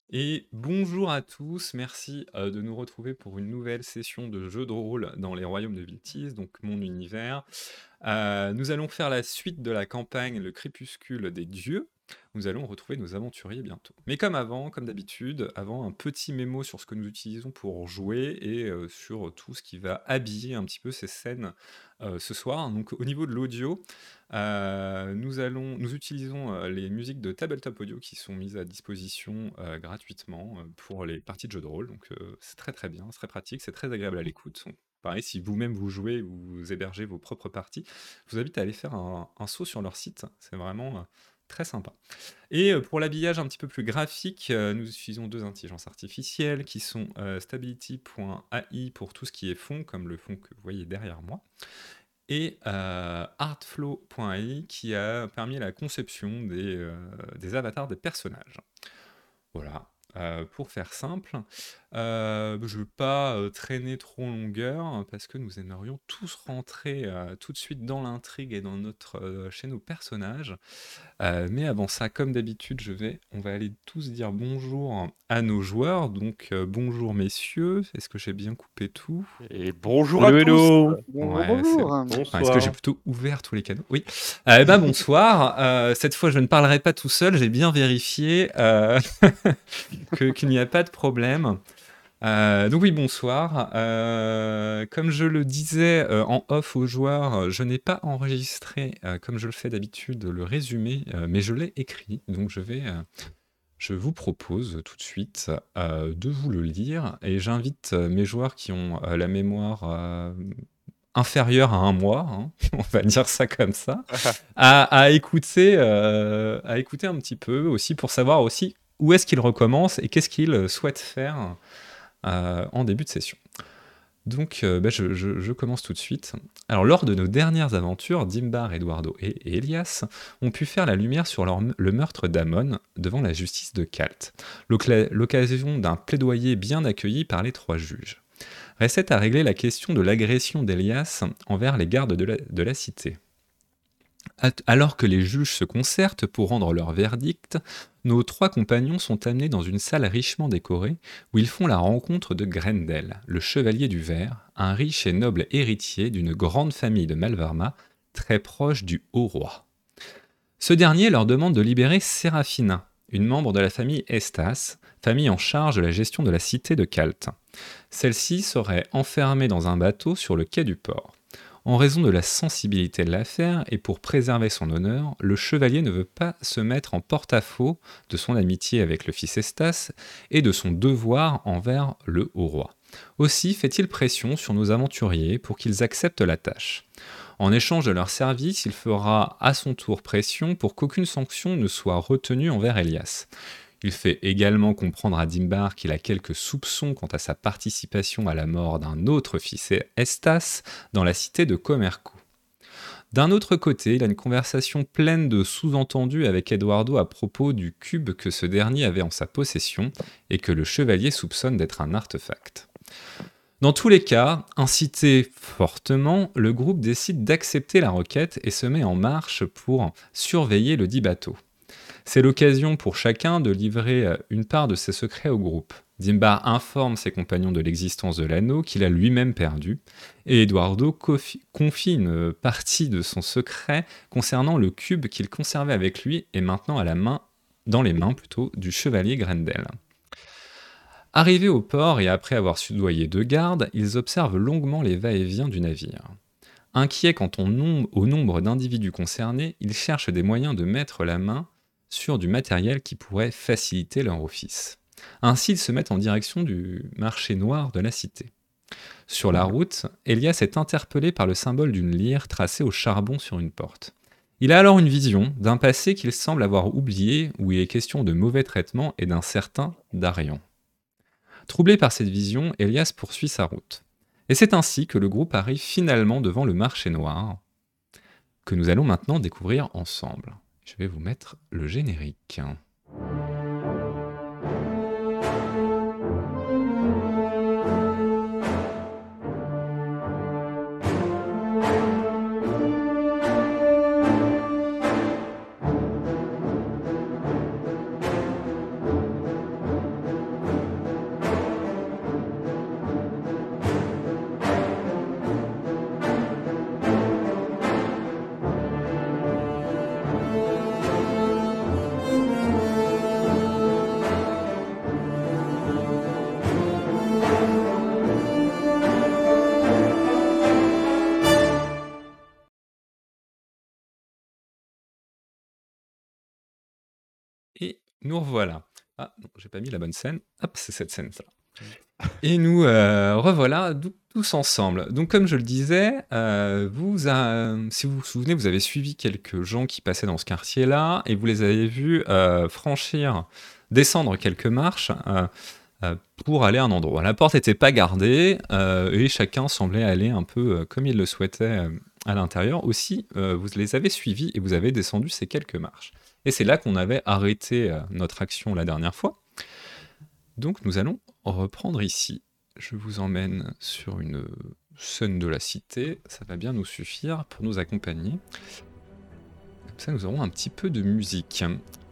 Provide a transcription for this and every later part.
Et bonjour à tous, merci de nous retrouver pour une nouvelle session de jeu de rôle dans les royaumes de Viltis, donc mon univers. Nous allons faire la suite de la campagne Le Crépuscule des Dieux. Nous allons retrouver nos aventuriers bientôt. Mais comme avant, comme d'habitude, avant un petit mémo sur ce que nous utilisons pour jouer et sur tout ce qui va habiller un petit peu ces scènes ce soir. Donc au niveau de l'audio, nous utilisons les musiques de Tabletop Audio qui sont mises à disposition gratuitement pour les parties de jeux de rôle. Donc c'est très très bien, c'est très pratique, c'est très agréable à l'écoute. Donc, pareil, si vous-même vous jouez ou vous hébergez vos propres parties, je vous invite à aller faire un saut sur leur site. C'est vraiment très sympa. Et pour l'habillage un petit peu plus graphique, nous utilisons deux intelligences artificielles qui sont stability.ai pour tout ce qui est fond, comme le fond que vous voyez derrière moi, et artflow.ai qui a permis la conception des avatars des personnages. Voilà. Pour faire simple, je ne veux pas traîner trop en longueur parce que nous aimerions tous rentrer tout de suite dans l'intrigue et chez nos personnages. Mais avant ça, comme d'habitude, on va aller tous dire bonjour à nos joueurs. Donc bonjour messieurs, est-ce que j'ai bien coupé tout? Et bonjour à Hello, tous. hello. Bonjour, Ouais, c'est bon. bonjour. Enfin, est-ce que j'ai Bonsoir. plutôt ouvert tous les canaux? Oui. Bonsoir. Cette fois, je ne parlerai pas tout seul. J'ai bien vérifié qu'il n'y a pas de problème. Donc oui, bonsoir. Comme je le disais en off aux joueurs, je n'ai pas enregistré, comme je le fais d'habitude, le résumé, mais je l'ai écrit. Donc je vous propose tout de suite de vous le lire. Et j'invite mes joueurs qui ont la mémoire inférieure à un mois, hein, on va dire ça comme ça, à écouter un petit peu aussi pour savoir aussi où est-ce qu'ils recommencent et qu'est-ce qu'ils souhaitent faire en début de session. Donc je commence tout de suite. Alors lors de nos dernières aventures, Dimbar, Eduardo et Elias ont pu faire la lumière sur le meurtre d'Amon devant la justice de Kalt, l'occasion d'un plaidoyer bien accueilli par les trois juges. Restait à régler la question de l'agression d'Elias envers les gardes de la cité. Alors que les juges se concertent pour rendre leur verdict, nos trois compagnons sont amenés dans une salle richement décorée où ils font la rencontre de Grendel, le chevalier du Ver, un riche et noble héritier d'une grande famille de Malvarma, très proche du haut roi. Ce dernier leur demande de libérer Séraphina, une membre de la famille Estas, famille en charge de la gestion de la cité de Kalt. Celle-ci serait enfermée dans un bateau sur le quai du port. En raison de la sensibilité de l'affaire et pour préserver son honneur, le chevalier ne veut pas se mettre en porte-à-faux de son amitié avec le fils Estas et de son devoir envers le haut roi. Aussi fait-il pression sur nos aventuriers pour qu'ils acceptent la tâche. En échange de leur service, il fera à son tour pression pour qu'aucune sanction ne soit retenue envers Elias. Il fait également comprendre à Dimbar qu'il a quelques soupçons quant à sa participation à la mort d'un autre fils Estas dans la cité de Comerco. D'un autre côté, il a une conversation pleine de sous-entendus avec Eduardo à propos du cube que ce dernier avait en sa possession et que le chevalier soupçonne d'être un artefact. Dans tous les cas, incité fortement, le groupe décide d'accepter la requête et se met en marche pour surveiller le dit bateau. C'est l'occasion pour chacun de livrer une part de ses secrets au groupe. Dimbar informe ses compagnons de l'existence de l'anneau qu'il a lui-même perdu, et Eduardo confie une partie de son secret concernant le cube qu'il conservait avec lui et maintenant dans les mains du chevalier Grendel. Arrivés au port et après avoir soudoyé deux gardes, ils observent longuement les va-et-vient du navire. Inquiets quant au nombre d'individus concernés, ils cherchent des moyens de mettre la main sur du matériel qui pourrait faciliter leur office. Ainsi, ils se mettent en direction du marché noir de la cité. Sur la route, Elias est interpellé par le symbole d'une lyre tracée au charbon sur une porte. Il a alors une vision d'un passé qu'il semble avoir oublié, où il est question de mauvais traitements et d'un certain Darian. Troublé par cette vision, Elias poursuit sa route. Et c'est ainsi que le groupe arrive finalement devant le marché noir, que nous allons maintenant découvrir ensemble. Je vais vous mettre le générique. nous revoilà. Ah non, j'ai pas mis la bonne scène. Hop, c'est cette scène-là. Et nous revoilà tous ensemble. Donc comme je le disais, si vous vous souvenez, vous avez suivi quelques gens qui passaient dans ce quartier-là et vous les avez vus descendre quelques marches pour aller à un endroit. La porte n'était pas gardée et chacun semblait aller un peu comme il le souhaitait à l'intérieur. Aussi, vous les avez suivis et vous avez descendu ces quelques marches. Et c'est là qu'on avait arrêté notre action la dernière fois. Donc nous allons reprendre ici. Je vous emmène sur une scène de la cité. Ça va bien nous suffire pour nous accompagner. Comme ça, nous aurons un petit peu de musique.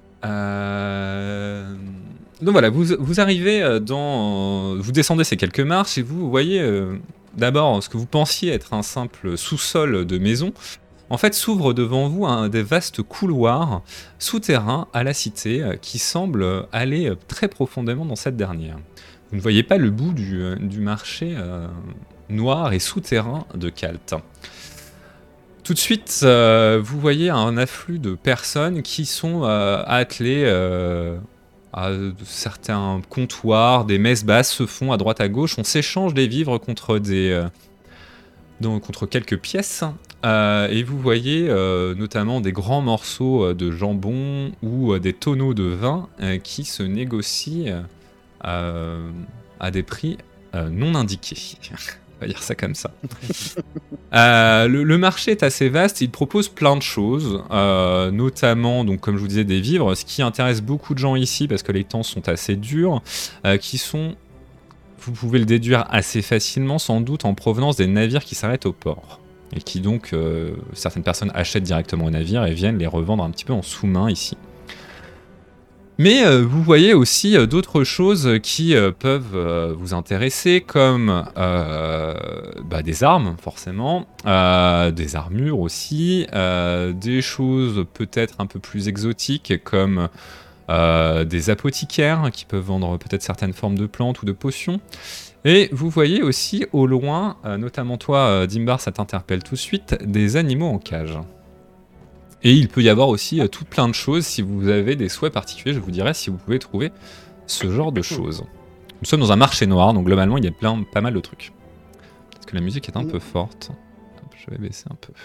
Donc voilà, vous arrivez vous descendez ces quelques marches et vous voyez d'abord ce que vous pensiez être un simple sous-sol de maison. En fait, s'ouvre devant vous des vastes couloirs souterrains à la cité qui semblent aller très profondément dans cette dernière. Vous ne voyez pas le bout du marché noir et souterrain de Kalt. Tout de suite, vous voyez un afflux de personnes qui sont attelées à certains comptoirs, des messes basses se font à droite à gauche. On s'échange des vivres contre quelques pièces. Et vous voyez notamment des grands morceaux de jambon ou des tonneaux de vin qui se négocient à des prix non indiqués. On va dire ça comme ça. Le marché est assez vaste, il propose plein de choses, notamment, donc, comme je vous disais, des vivres. Ce qui intéresse beaucoup de gens ici, parce que les temps sont assez durs, qui sont, vous pouvez le déduire assez facilement, sans doute en provenance des navires qui s'arrêtent au port. Et qui donc, certaines personnes achètent directement aux navires et viennent les revendre un petit peu en sous-main ici. Mais vous voyez aussi d'autres choses qui peuvent vous intéresser, comme des armes, forcément, des armures aussi, des choses peut-être un peu plus exotiques, comme des apothicaires qui peuvent vendre peut-être certaines formes de plantes ou de potions. Et vous voyez aussi au loin, notamment toi, Dimbar, ça t'interpelle tout de suite, des animaux en cage. Et il peut y avoir aussi tout plein de choses. Si vous avez des souhaits particuliers, je vous dirai si vous pouvez trouver ce genre de choses. Nous sommes dans un marché noir, donc globalement il y a pas mal de trucs. Parce que la musique est un peu forte. Hop, je vais baisser un peu.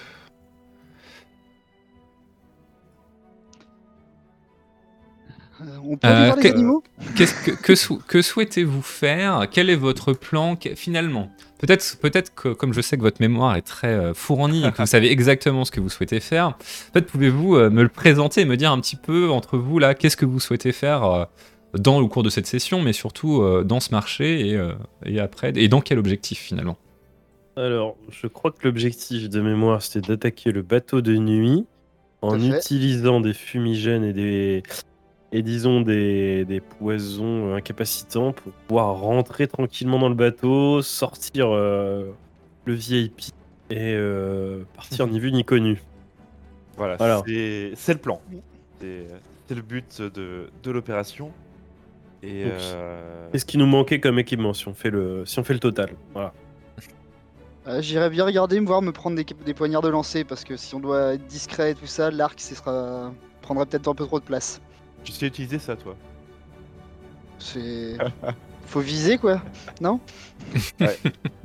On peut aller voir les animaux Que souhaitez-vous faire? Quel est votre plan finalement? Peut-être que, comme je sais que votre mémoire est très fournie et que vous savez exactement ce que vous souhaitez faire, peut-être pouvez-vous me le présenter et me dire un petit peu entre vous là, qu'est-ce que vous souhaitez faire dans le cours de cette session, mais surtout dans ce marché et après, et dans quel objectif finalement? Alors, je crois que l'objectif de mémoire, c'était d'attaquer le bateau de nuit en utilisant des fumigènes et disons des poisons incapacitants pour pouvoir rentrer tranquillement dans le bateau, sortir le VIP et partir ni vu ni connu. Voilà. C'est le plan. C'est le but de l'opération. Et ce qui nous manquait comme équipement si on fait le total. Voilà. J'irais bien regarder, me prendre des poignards de lancer, parce que si on doit être discret et tout ça, l'arc prendrait peut-être un peu trop de place. Tu sais utiliser ça, toi? Faut viser, quoi, non? Ouais.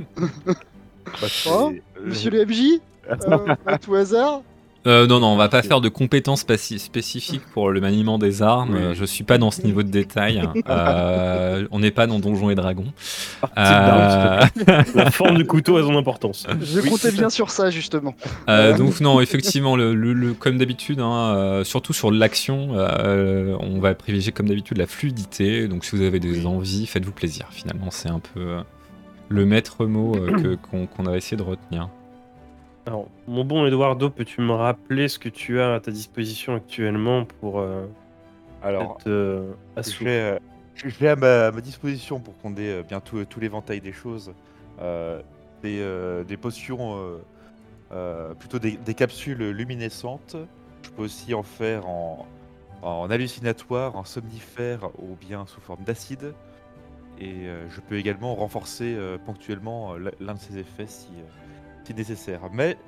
Monsieur le MJ, à tout hasard? Non, on va pas faire de compétences spécifiques pour le maniement des armes. Oui. Je suis pas dans ce niveau de détail. On n'est pas dans Donjons et Dragons. La forme du couteau a son importance. Je comptais bien sur ça, justement. Donc non, effectivement, comme d'habitude, surtout sur l'action, on va privilégier comme d'habitude la fluidité. Donc si vous avez des envies, faites-vous plaisir. Finalement, c'est un peu le maître mot qu'on a essayé de retenir. Alors, mon bon Eduardo, peux-tu me rappeler ce que tu as à ta disposition actuellement pour je l'ai à ma disposition pour qu'on ait bientôt tout l'éventail des choses. Des potions, plutôt des capsules luminescentes. Je peux aussi en faire en hallucinatoire, en somnifère ou bien sous forme d'acide. Et je peux également renforcer ponctuellement l'un de ces effets si nécessaire. Mais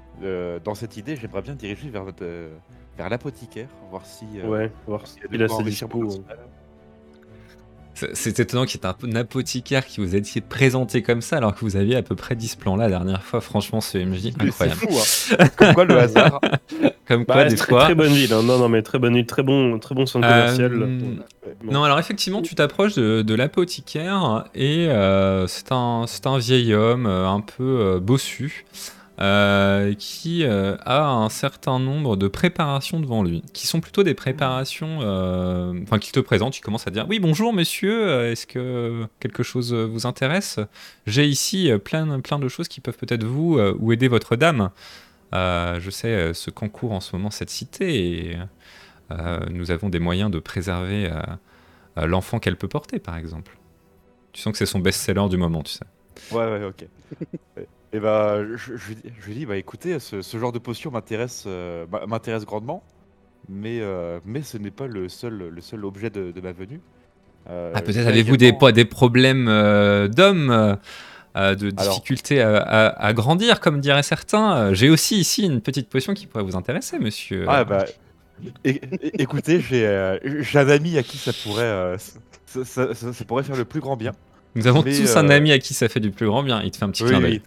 dans cette idée, j'aimerais bien diriger vers l'apothicaire, voir si voir il y a de s'il a quoi sa enrichir mon dispo. arsenal. C'est étonnant qu'il y ait un apothicaire qui vous étiez présenté comme ça alors que vous aviez à peu près 10 plans la dernière fois. Franchement, ce MJ, C'est incroyable. fou, hein. Comme quoi le hasard. Comme quoi, des fois. Très bonne ville, hein. Non, mais très bonne ville, très bon centre commercial. Euh, Bon. Non, alors effectivement, tu t'approches de l'apothicaire et c'est un vieil homme un peu bossu qui a un certain nombre de préparations devant lui, qui sont plutôt des préparations, enfin qu'il te présente, il commence à dire « Oui, bonjour monsieur, est-ce que quelque chose vous intéresse? J'ai ici plein de choses qui peuvent peut-être vous ou aider votre dame. Je sais ce qu'encourt en ce moment cette cité et nous avons des moyens de préserver l'enfant qu'elle peut porter, par exemple. » Tu sens que c'est son best-seller du moment, tu sais. Ouais, ok. Et bah, je lui dis, bah écoutez, ce genre de potion m'intéresse grandement, mais ce n'est pas le seul objet de ma venue. Peut-être j'ai avez-vous également- des problèmes d'hommes, de Alors- difficultés à grandir, comme diraient certains. J'ai aussi ici une petite potion qui pourrait vous intéresser, monsieur. Ah bah, écoutez, j'ai un ami à qui ça pourrait, ça pourrait faire le plus grand bien. Nous avons mais, tous un ami à qui ça fait du plus grand bien. Il te fait un petit clin d'œil.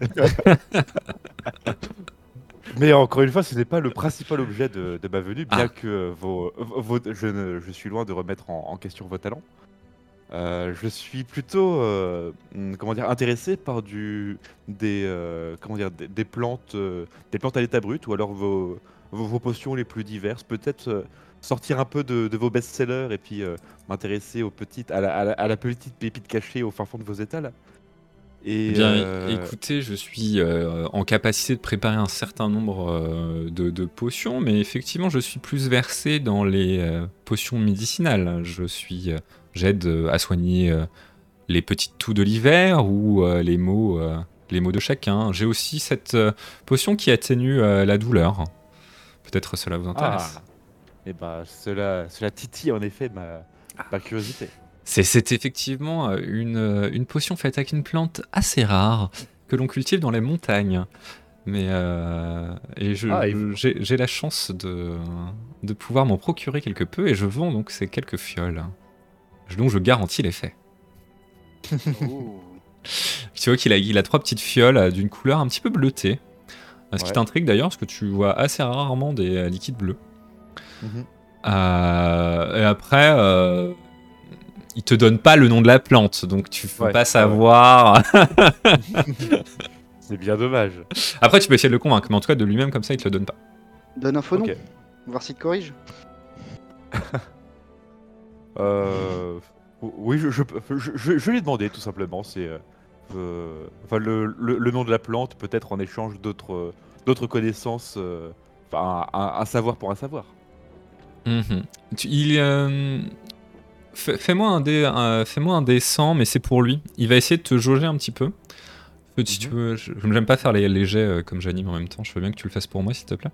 Mais encore une fois, ce n'est pas le principal objet de ma venue, bien Ah. que je suis loin de remettre en question vos talents. Je suis plutôt intéressé par des plantes à l'état brut, ou alors vos potions les plus diverses. Peut-être sortir un peu de vos best-sellers et puis m'intéresser à la petite pépite cachée au fin fond de vos étals. Eh Et bien, écoutez, je suis en capacité de préparer un certain nombre de potions, mais effectivement, je suis plus versé dans les potions médicinales. J'aide à soigner les petites toux de l'hiver ou les maux de chacun. J'ai aussi cette potion qui atténue la douleur. Peut-être cela vous intéresse. et bah, cela titille en effet ma curiosité. C'est effectivement une potion faite avec une plante assez rare que l'on cultive dans les montagnes. Mais j'ai la chance de pouvoir m'en procurer quelque peu et je vends donc ces quelques fioles. Donc je garantis l'effet. Ouh. Tu vois qu'il a 3 petites fioles d'une couleur un petit peu bleutée. Ce qui Ouais. t'intrigue d'ailleurs parce que tu vois assez rarement des liquides bleus. Mhm. Et après, il te donne pas le nom de la plante, donc tu peux Ouais, pas ouais. savoir. C'est bien dommage. Après, tu peux essayer de le convaincre, mais en tout cas, de lui-même, comme ça, il te le donne pas. Donne un faux nom, Ok. voir s'il te corrige. Oui, je lui ai demandé tout simplement. C'est le nom de la plante, peut-être en échange d'autres connaissances. Enfin, un savoir pour un savoir. Mhm. Fais-moi un dé 100, mais c'est pour lui. Il va essayer de te jauger un petit peu. Si tu veux, je n'aime pas faire les jets comme j'anime en même temps. Je veux bien que tu le fasses pour moi, s'il te plaît.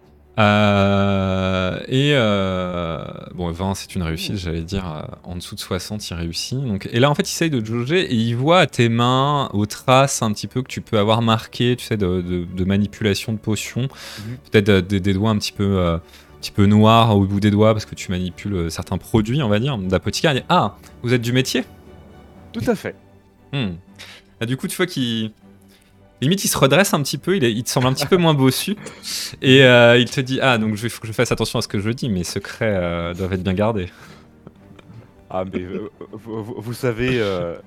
Bon, 20, c'est une réussite, j'allais dire. En dessous de 60, il réussit. Donc, et là, en fait, il essaye de te jauger et il voit à tes mains, aux traces un petit peu que tu peux avoir marquées, tu sais, de manipulation de potions. Peut-être des doigts un petit peu noirs au bout des doigts parce que tu manipules certains produits, on va dire, d'apothicaire. Il dit, ah, vous êtes du métier? Tout à fait. Ah, du coup, tu vois qu'il... Limite, il se redresse un petit peu, il te semble un petit peu moins bossu. Et il te dit, ah, donc il faut que je fasse attention à ce que je dis, mes secrets doivent être bien gardés. Ah, mais vous savez,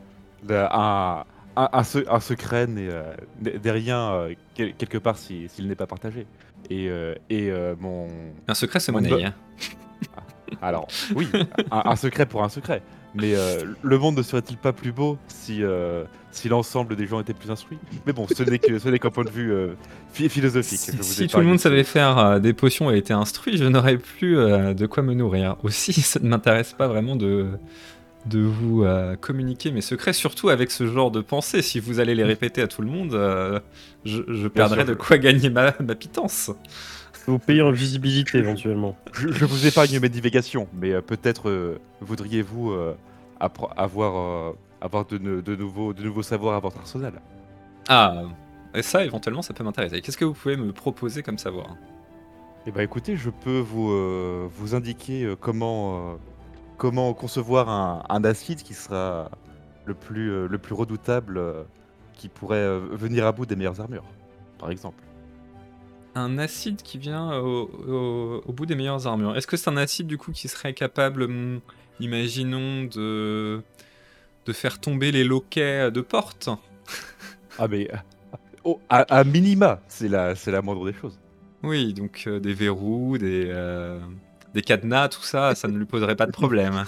un secret n'est rien quelque part s'il n'est pas partagé. Et mon... Un secret, c'est Mon monnaie. bo- Hein. Alors, oui, un secret pour un secret. Mais le monde ne serait-il pas plus beau si l'ensemble des gens étaient plus instruits? Mais bon, ce n'est qu'un point de vue philosophique. Je vous Si tout épargne le monde ce- savait faire des potions et était instruit, je n'aurais plus de quoi me nourrir. Aussi, ça ne m'intéresse pas vraiment de vous communiquer mes secrets, surtout avec ce genre de pensée. Si vous allez les répéter à tout le monde, je perdrai sûr, de quoi gagner ma pitance. Vous payez en visibilité éventuellement. Je vous épargne mes divagations, mais peut-être voudriez-vous avoir de nouveaux savoirs à votre arsenal. Ah, et ça, éventuellement, ça peut m'intéresser. Qu'est-ce que vous pouvez me proposer comme savoir? Eh ben écoutez, je peux vous indiquer comment concevoir un acide qui sera le plus redoutable, qui pourrait venir à bout des meilleures armures, par exemple. Un acide qui vient au bout des meilleures armures. Est-ce que c'est un acide, du coup, qui serait capable, imaginons, de faire tomber les loquets de porte? Ah mais à minima, c'est la moindre des choses. Oui, donc des verrous, des cadenas, tout ça, ça ne lui poserait pas de problème.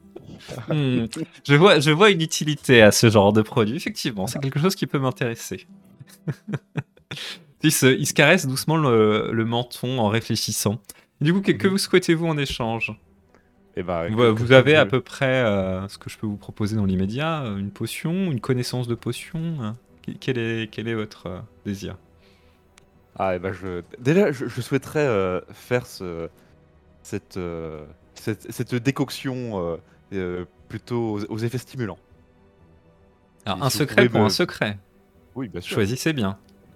Je vois une utilité à ce genre de produit. Effectivement, c'est quelque chose qui peut m'intéresser. Il se caresse doucement le menton en réfléchissant. Du coup, que vous souhaitez-vous en échange? Eh ben, Vous avez à peu près ce que je peux vous proposer dans l'immédiat, une potion, une connaissance de potion. Quel est votre désir? Ah, et ben déjà, je souhaiterais faire cette décoction plutôt aux effets stimulants. Alors, Si un vous secret pouvez pour me- un secret. Oui, bien sûr. Choisissez bien.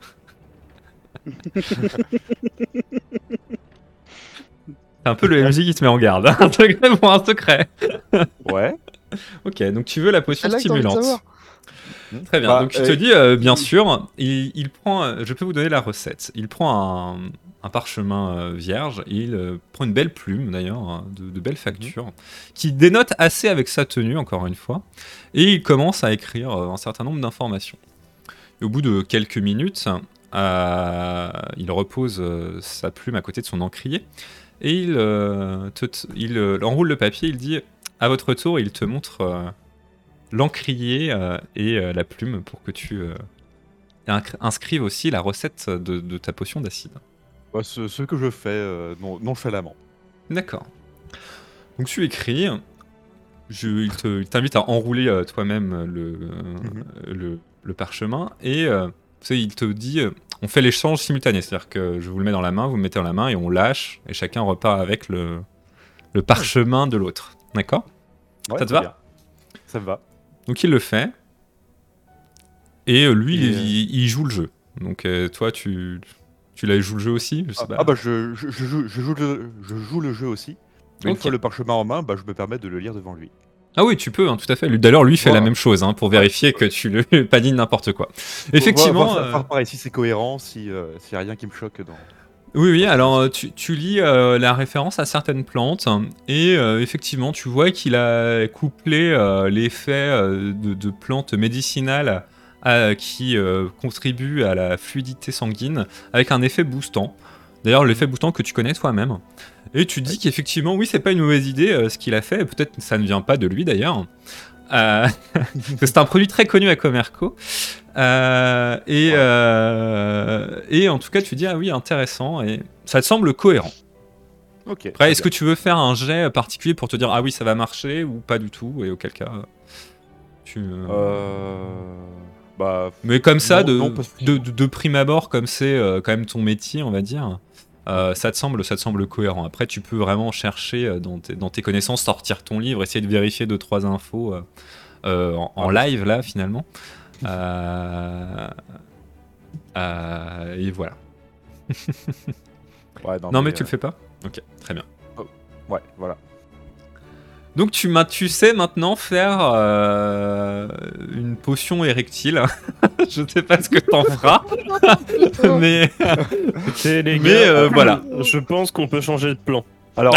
C'est un peu le MJ qui te met en garde. Un secret pour un secret. Ouais. Ok, donc tu veux la potion Celle-là que t'as envie de stimulante. savoir. Très bien, Bah, donc tu te dis, bien sûr, il prend, je peux vous donner la recette. Il prend un parchemin vierge, il prend une belle plume d'ailleurs, hein, de belles factures, qui dénote assez avec sa tenue, encore une fois, et il commence à écrire un certain nombre d'informations. Et au bout de quelques minutes, il repose sa plume à côté de son encrier, et il enroule le papier, il dit, à votre tour, il te montre... l'encrier et la plume pour que tu inscrives aussi la recette de ta potion d'acide. Bah, ce que je fais nonchalamment. D'accord. Donc tu écris, il t'invite à enrouler toi-même le parchemin et tu sais, il te dit on fait l'échange simultané, c'est-à-dire que je vous le mets dans la main, vous me mettez dans la main et on lâche et chacun repart avec le parchemin de l'autre. D'accord? Ouais, Ça te très va? bien. Ça me va. Donc il le fait. Et lui, Et, il joue le jeu. Donc toi, tu joues le jeu aussi? Je sais pas. Bah je joue le jeu aussi. Mais une Ok. fois le parchemin en main, bah, je me permets de le lire devant lui. Ah oui, tu peux, hein, tout à fait. D'ailleurs, lui fait Voilà. la même chose, hein, pour vérifier que tu ne pas dit n'importe quoi. Effectivement. Voir pareil, si c'est cohérent, s'il y a rien qui me choque dans... Oui, alors tu lis la référence à certaines plantes et effectivement tu vois qu'il a couplé l'effet de plantes médicinales qui contribuent à la fluidité sanguine avec un effet boostant. D'ailleurs l'effet boostant que tu connais toi-même. Et tu dis qu'effectivement oui c'est pas une mauvaise idée ce qu'il a fait, peut-être que ça ne vient pas de lui d'ailleurs. C'est un produit très connu à Comerco. Et en tout cas, tu dis, ah oui, intéressant, et ça te semble cohérent. Ok. Après, est-ce que tu veux faire un jet particulier pour te dire, ah oui, ça va marcher, ou pas du tout, et auquel cas, tu... Bah... Mais comme ça, non, parce que- de prime abord, comme c'est quand même ton métier, on va dire, ça te semble cohérent. Après, tu peux vraiment chercher dans tes connaissances, sortir ton livre, essayer de vérifier 2-3 infos en live, là, finalement. Et voilà. Ouais, Non, mais tu le fais pas? Ok, très bien. Ouais, voilà. Donc tu sais maintenant faire une potion érectile. Je sais pas ce que t'en feras, mais Écoutez, les gars, voilà. Je pense qu'on peut changer de plan. Alors...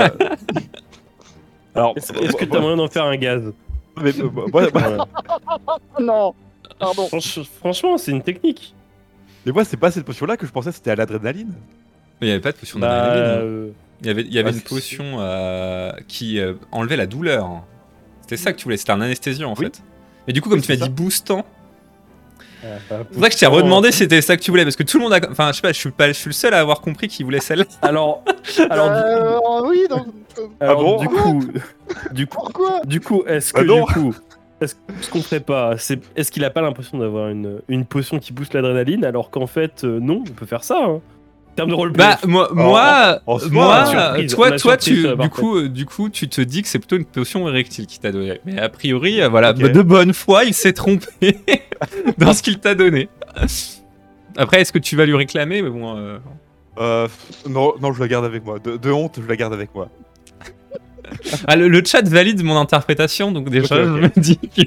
Est-ce que t'as moyen d'en faire un gaz? mais, Voilà. Non, pardon. Franchement, c'est une technique. mais moi, c'est pas cette potion-là que je pensais c'était à l'adrénaline. Mais il n'y avait pas de potion Bah, d'adrénaline. Il y avait Ah, une potion qui enlevait la douleur. C'était ça que tu voulais, c'était un anesthésiant en Oui. fait. Et du coup, comme Oui, tu m'as c'est dit boostant, bah, c'est vrai que je t'ai redemandé si c'était ça que tu voulais, parce que tout le monde a. Enfin, je sais pas, je suis le seul à avoir compris qu'il voulait celle-là. Alors, Oui, donc. alors bon Pourquoi du coup, est-ce que Ah non. du coup, ce qu'on ferait pas, est-ce qu'il a pas l'impression d'avoir une potion qui booste l'adrénaline, alors qu'en fait, non, on peut faire ça. Hein. En termes de roleplay. Bah moi, en soi, moi, surprise, toi, la surprise, ça va du coup, tu te dis que c'est plutôt une potion érectile qu'il t'a donné. Mais a priori, voilà, Ok. de bonne foi, il s'est trompé dans ce qu'il t'a donné. Après, est-ce que tu vas lui réclamer? Mais bon. Non, non, je la garde avec moi. De honte, je la garde avec moi. Ah, le chat valide mon interprétation, donc déjà, Ok, ok. je me dis que.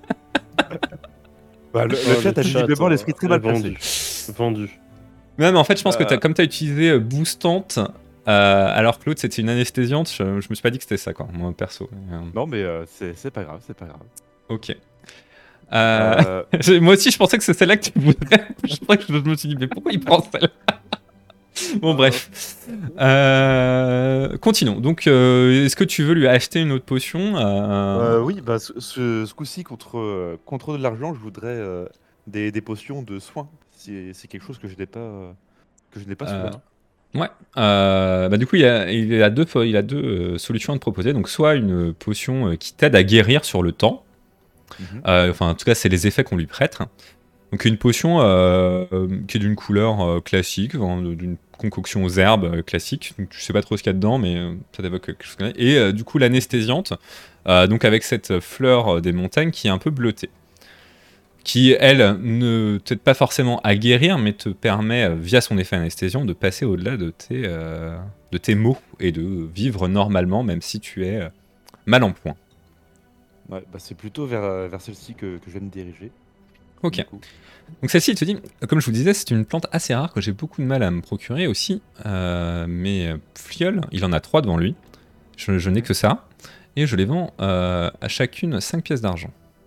Bah, le chat a visiblement l'esprit très mal placé. Vendu. Non, mais en fait, je pense que comme t'as utilisé boostante, alors que l'autre c'était une anesthésiante, je me suis pas dit que c'était ça, quoi, moi perso. Non, mais c'est pas grave, c'est pas grave. Ok. Euh, Moi aussi, je pensais que c'est celle-là que tu voudrais. Je me suis dit, mais pourquoi il prend celle-là? Bon, bref. Continuons. Donc, est-ce que tu veux lui acheter une autre potion? oui, bah, ce coup-ci, contre de l'argent, je voudrais des potions de soins. C'est quelque chose que je n'ai pas, sous la main. Ouais. Bah, du coup, il a deux solutions à te proposer. Donc, soit une potion qui t'aide à guérir sur le temps. Enfin, en tout cas, c'est les effets qu'on lui prête. Donc, une potion qui est d'une couleur classique, d'une concoction aux herbes classique. Donc, tu sais pas trop ce qu'il y a dedans, mais ça t'évoque quelque chose. Et du coup, l'anesthésiante, donc avec cette fleur des montagnes qui est un peu bleutée. Qui, elle, ne t'aide pas forcément à guérir, mais te permet, via son effet anesthésiant, de passer au-delà de tes maux et de vivre normalement, même si tu es mal en point. Ouais, bah, c'est plutôt vers celle-ci que je vais me diriger. Ok. Du coup. Donc celle-ci, il te dit, comme je vous disais, c'est une plante assez rare que j'ai beaucoup de mal à me procurer aussi. Mes fioles, il en a 3 devant lui. Je n'ai que ça. Et je les vends à chacune 5 pièces d'argent.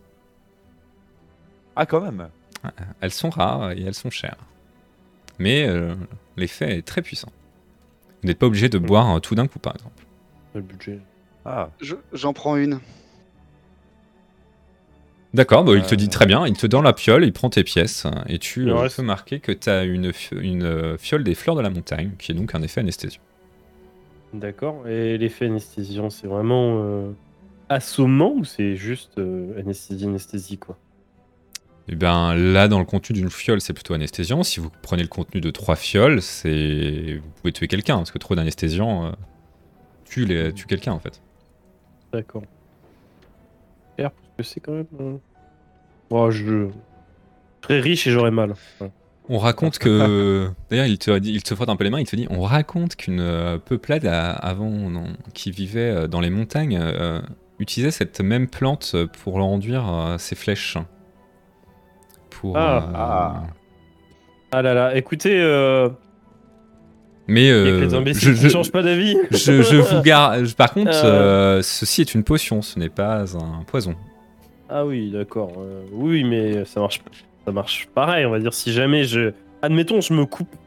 Ah, quand même. Elles sont rares et elles sont chères. Mais l'effet est très puissant. Vous n'êtes pas obligé de boire tout d'un coup, par exemple. Le budget. Ah, J'en prends une. D'accord, bah, il te dit très bien, il te donne la piole, il prend tes pièces, et tu Il en reste. peux marquer que tu as une fiole des fleurs de la montagne, qui est donc un effet anesthésiant. D'accord. Et l'effet anesthésiant, c'est vraiment assommant ou c'est juste anesthésie, quoi? Et bien là, dans le contenu d'une fiole, c'est plutôt anesthésiant. Si vous prenez le contenu de 3 fioles, vous pouvez tuer quelqu'un, parce que trop d'anesthésiant tue quelqu'un, en fait. D'accord. Parce que c'est quand même. Oh, je serais riche et j'aurais mal. Ouais. On raconte que... D'ailleurs, il te frotte un peu les mains, il te dit, on raconte qu'une peuplade qui vivait dans les montagnes utilisait cette même plante pour enduire ses flèches. Ah là là, écoutez, Mais il y a que les imbéciles qui changent pas d'avis. je vous garde. Par contre, ceci est une potion, ce n'est pas un poison. Ah oui, d'accord. Oui, mais ça marche pareil, on va dire. Si jamais admettons, je me coupe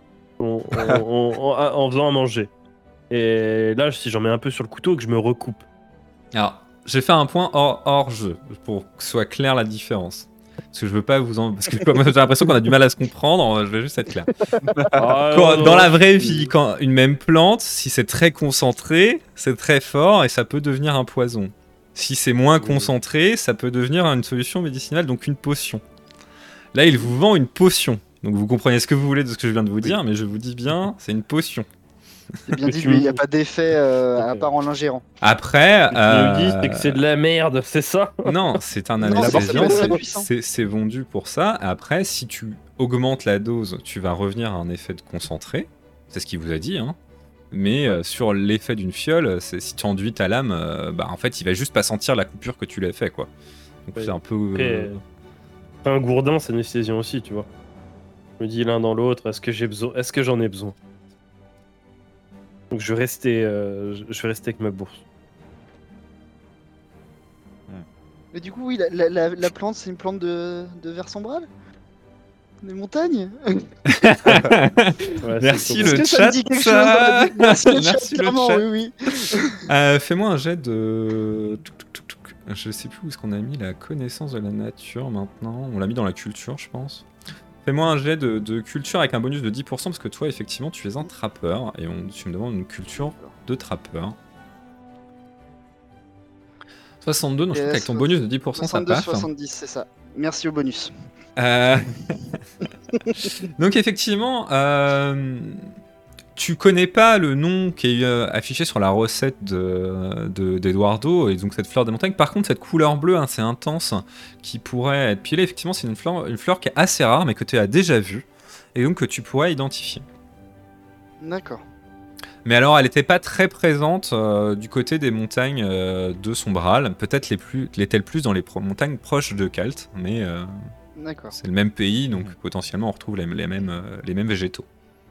en faisant à manger. Et là, si j'en mets un peu sur le couteau, que je me recoupe. Alors, j'ai fait un point hors jeu pour que soit claire la différence. Parce que je veux pas parce que moi, j'ai l'impression qu'on a du mal à se comprendre, je vais juste être clair. Dans la vraie vie, quand une même plante, si c'est très concentré, c'est très fort et ça peut devenir un poison. Si c'est moins concentré, ça peut devenir une solution médicinale, donc une potion. Là, il vous vend une potion. Donc vous comprenez ce que vous voulez de ce que je viens de vous dire, mais je vous dis bien, c'est une potion. C'est bien dit, mais il n'y a pas d'effet à part en l'ingérant. Après, Ce que tu nous dis, c'est que c'est de la merde, c'est ça? non, c'est un Non, anesthésiant, c'est très puissant. c'est vendu pour ça. Après, si tu augmentes la dose, tu vas revenir à un effet de concentré. C'est ce qu'il vous a dit, hein. Mais sur l'effet d'une fiole, si tu enduis ta lame, en fait, il va juste pas sentir la coupure que tu l'as fait, quoi. Donc c'est un peu... Après, un gourdin, c'est anesthésiant aussi, tu vois. Je me dis l'un dans l'autre, est-ce que j'en ai besoin? Donc je vais rester avec ma bourse. Mais du coup, oui, la plante, c'est une plante de Versombral? Des montagnes? Ouais, Merci Est-ce le que chat. ça me dit quelque chose? Merci le chat, Merci le clairement, chat. oui. Fais-moi un jet de... Je sais plus où est-ce qu'on a mis la connaissance de la nature maintenant. On l'a mis dans la culture, je pense. Fais-moi un jet de culture avec un bonus de 10% parce que toi, effectivement, tu es un trappeur et tu me demandes une culture de trappeur. 62, donc je trouve qu'avec ton bonus de 10%, ça 62, passe. 70, c'est ça. Merci au bonus. Donc effectivement, tu connais pas le nom qui est affiché sur la recette d'Eduardo, et donc cette fleur des montagnes. Par contre, cette couleur bleue assez intense qui pourrait être pilée, effectivement, c'est une fleur qui est assez rare, mais que tu as déjà vue. et donc que tu pourrais identifier. D'accord. Mais alors, elle n'était pas très présente du côté des montagnes de Sombral. Peut-être l'est-elle plus dans les montagnes proches de Kalt, mais D'accord. c'est le même pays, donc potentiellement on retrouve les mêmes végétaux.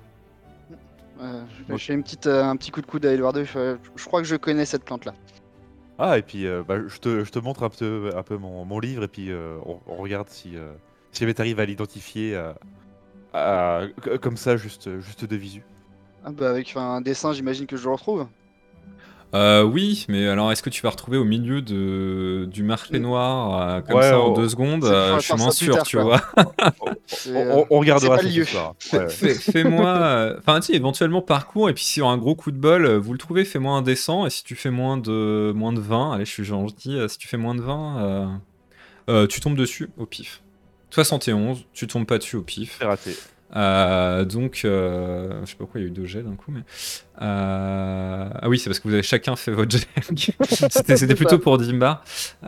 Je fais un petit coup de coude à Eduardo. Je crois que je connais cette plante-là. Ah, et puis je te montre un peu mon livre, et puis on regarde si jamais t'arrives à l'identifier comme ça, juste de visu. Ah bah avec un dessin, j'imagine que je le retrouve. Oui, mais alors est-ce que tu vas retrouver au milieu du marché noir comme Ouais, ça en 2 secondes faudra je suis faire moins ça plus sûr, tard, tu quoi. vois. On regardera c'est pas ça le ce lieu. soir. Ouais. Fais-moi, enfin si, éventuellement parcours, et puis sur un gros coup de bol, vous le trouvez, fais-moi un descend, et si tu fais moins de 20, allez, je suis gentil, si tu fais moins de 20, tu tombes dessus au pif. 71, tu tombes pas dessus au pif. C'est raté. Donc, je sais pas pourquoi il y a eu 2 jets d'un coup, mais. Ah oui, c'est parce que vous avez chacun fait votre jet. C'était plutôt pour Dimbar.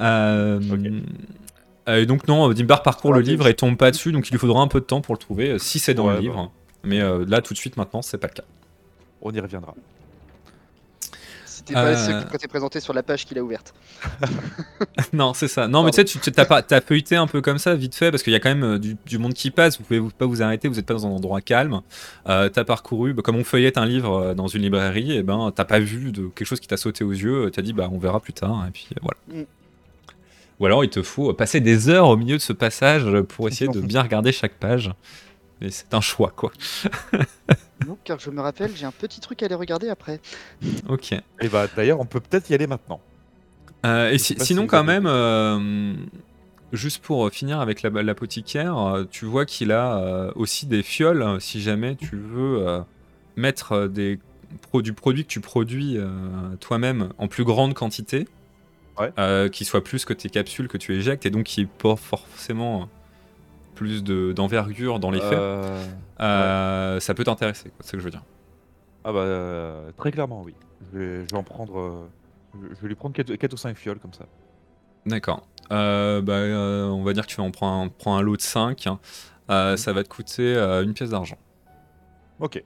Et donc, non, Dimbar parcourt le livre et tombe pas dessus, donc il lui faudra un peu de temps pour le trouver, si c'est dans le livre. Mais là, tout de suite, maintenant, c'est pas le cas. On y reviendra. C'était pas ce qui t'est présenté sur la page qu'il a ouverte. Non, c'est ça. Non, mais tu sais, t'as feuilleté un peu comme ça, vite fait, parce qu'il y a quand même du monde qui passe, vous pouvez pas vous arrêter, vous n'êtes pas dans un endroit calme. T'as parcouru, comme on feuillette un livre dans une librairie, et ben t'as pas vu quelque chose qui t'a sauté aux yeux, t'as dit bah on verra plus tard, et puis voilà. Ou alors il te faut passer des heures au milieu de ce passage pour essayer de bien regarder chaque page. Et c'est un choix, quoi. Non, car je me rappelle, j'ai un petit truc à aller regarder après. Ok. Et bah d'ailleurs, on peut peut-être y aller maintenant. Et sinon, quand même, juste pour finir avec l'apothicaire, tu vois qu'il a aussi des fioles, si jamais tu veux mettre du produit que tu produis toi-même en plus grande quantité, qui soit plus que tes capsules que tu éjectes, et donc qui pas forcément plus d'envergure dans les faits, ça peut t'intéresser, c'est ce que je veux dire. Ah bah très clairement oui. Je vais en prendre. Je vais lui prendre 4 ou 5 fioles comme ça. D'accord. On va dire que tu en prends un lot de 5. Ça va te coûter 1 pièce d'argent. Ok.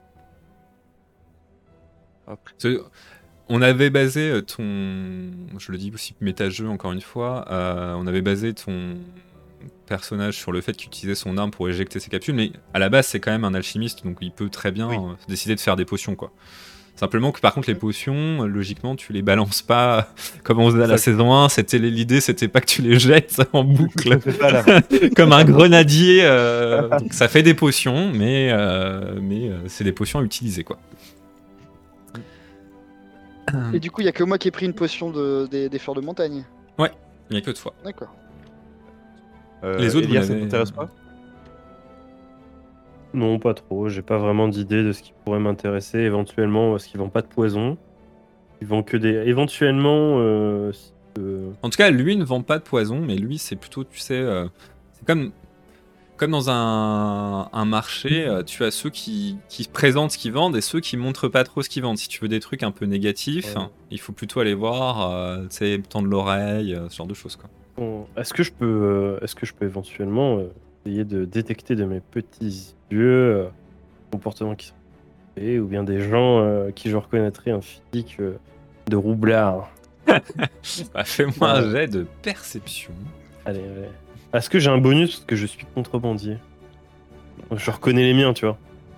Hop. On avait basé je le dis aussi méta-jeu encore une fois, on avait basé ton personnage sur le fait qu'il utilisait son arme pour éjecter ses capsules, mais à la base c'est quand même un alchimiste, donc il peut très bien décider de faire des potions, quoi. Simplement que par contre les potions, logiquement tu les balances pas comme on faisait à la saison 1, l'idée c'était pas que tu les jettes en boucle comme un grenadier, donc ça fait des potions, mais c'est des potions à utiliser, quoi. Et du coup, il y a que moi qui ai pris une potion des fleurs de montagne. Ouais, il n'y a que toi. D'accord. Les autres, Elias, ça ne t'intéresse pas? Non, pas trop. J'ai pas vraiment d'idée de ce qui pourrait m'intéresser éventuellement, parce qu'ils vendent pas de poison. Ils vendent que des. Éventuellement. En tout cas, lui ne vend pas de poison, mais lui, c'est plutôt, tu sais, c'est comme dans un marché, tu as ceux qui présentent ce qu'ils vendent et ceux qui montrent pas trop ce qu'ils vendent. Si tu veux des trucs un peu négatifs, il faut plutôt aller voir, tu sais, tendre l'oreille, ce genre de choses, quoi. Bon, est-ce que je peux éventuellement essayer de détecter de mes petits yeux comportements qui sont faits, ou bien des gens qui je reconnaîtrais un physique de roublard? Fais-moi un jet de perception. Allez. Est-ce que j'ai un bonus parce que je suis contrebandier? Je reconnais les miens, tu vois.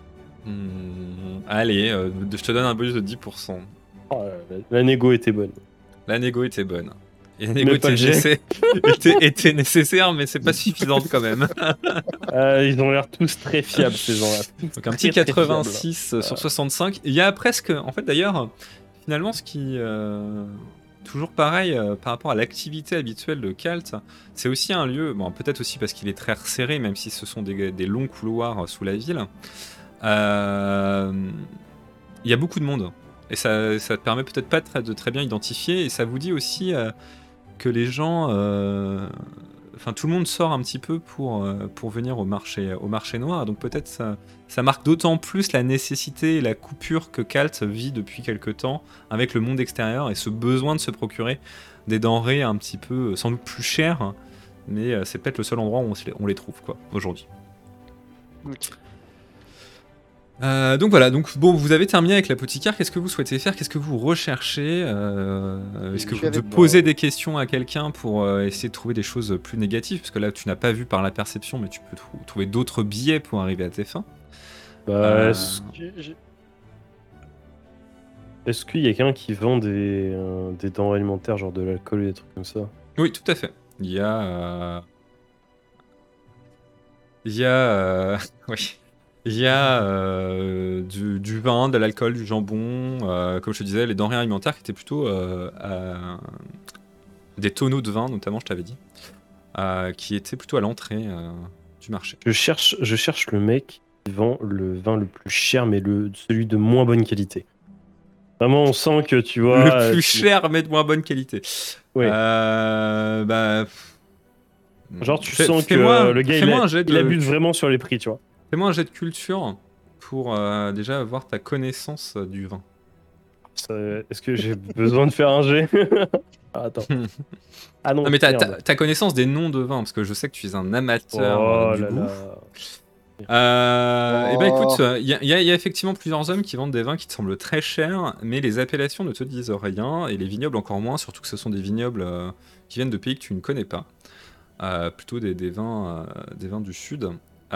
Allez, je te donne un bonus de 10%. Oh, la négo était bonne. La négo était bonne. Et la négo était nécessaire, mais c'est pas suffisant quand même. Ils ont l'air tous très fiables, ces gens-là. Donc un petit 86 sur 65. Il y a presque... En fait, d'ailleurs, finalement, ce qui... toujours pareil, par rapport à l'activité habituelle de Kalt, c'est aussi un lieu... Bon, peut-être aussi parce qu'il est très resserré, même si ce sont des longs couloirs sous la ville. Il y a beaucoup de monde. Et ça te permet peut-être pas de très bien identifier. Et ça vous dit aussi que les gens... Enfin, tout le monde sort un petit peu pour venir au marché noir. Donc peut-être ça marque d'autant plus la nécessité et la coupure que Kalt vit depuis quelque temps avec le monde extérieur et ce besoin de se procurer des denrées un petit peu, sans doute plus chères. Mais c'est peut-être le seul endroit où on les trouve, quoi, aujourd'hui. Okay. Donc voilà, donc bon, vous avez terminé avec l'apothicaire. Qu'est-ce que vous souhaitez faire? Qu'est-ce que vous recherchez? Est-ce que Je vous vais de avec poser des questions à quelqu'un pour essayer de trouver des choses plus négatives? Parce que là, tu n'as pas vu par la perception, mais tu peux trouver d'autres biais pour arriver à tes fins. Bah, Je- est-ce qu'il y a quelqu'un qui vend des denrées alimentaires, genre de l'alcool et des trucs comme ça? Oui, tout à fait. Il y a... oui. Il y a du vin, de l'alcool, du jambon, comme je te disais, les denrées alimentaires qui étaient plutôt des tonneaux de vin, notamment, je t'avais dit, qui étaient plutôt à l'entrée du marché. Je cherche le mec qui vend le vin le plus cher, mais celui de moins bonne qualité. Vraiment, on sent que tu vois. Le plus cher, mais de moins bonne qualité. Ouais. Genre, tu sens que le gars, il abuse vraiment sur les prix, tu vois. Fais-moi un jet de culture pour déjà avoir ta connaissance du vin. Est-ce que j'ai besoin de faire un jet? Attends. Ah non, Non, mais merde. ta connaissance des noms de vin, parce que je sais que tu es un amateur Oh du là goût. là. Et ben écoute, il y a effectivement plusieurs hommes qui vendent des vins qui te semblent très chers, mais les appellations ne te disent rien, et les vignobles encore moins, surtout que ce sont des vignobles qui viennent de pays que tu ne connais pas. Plutôt des vins du sud.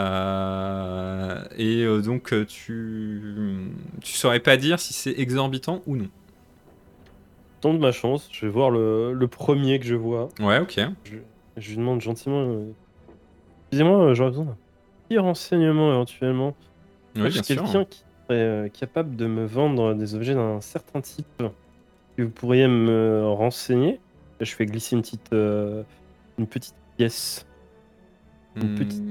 Donc tu saurais pas dire si c'est exorbitant ou non. Tente ma chance, je vais voir le premier que je vois. Ouais, ok. Je lui demande gentiment. Excusez-moi, j'aurais besoin d'un petit renseignement éventuellement. Oui, Moi, bien j'ai sûr. quelqu'un qui serait capable de me vendre des objets d'un certain type que vous pourriez me renseigner. Je fais glisser une petite pièce. Une petite.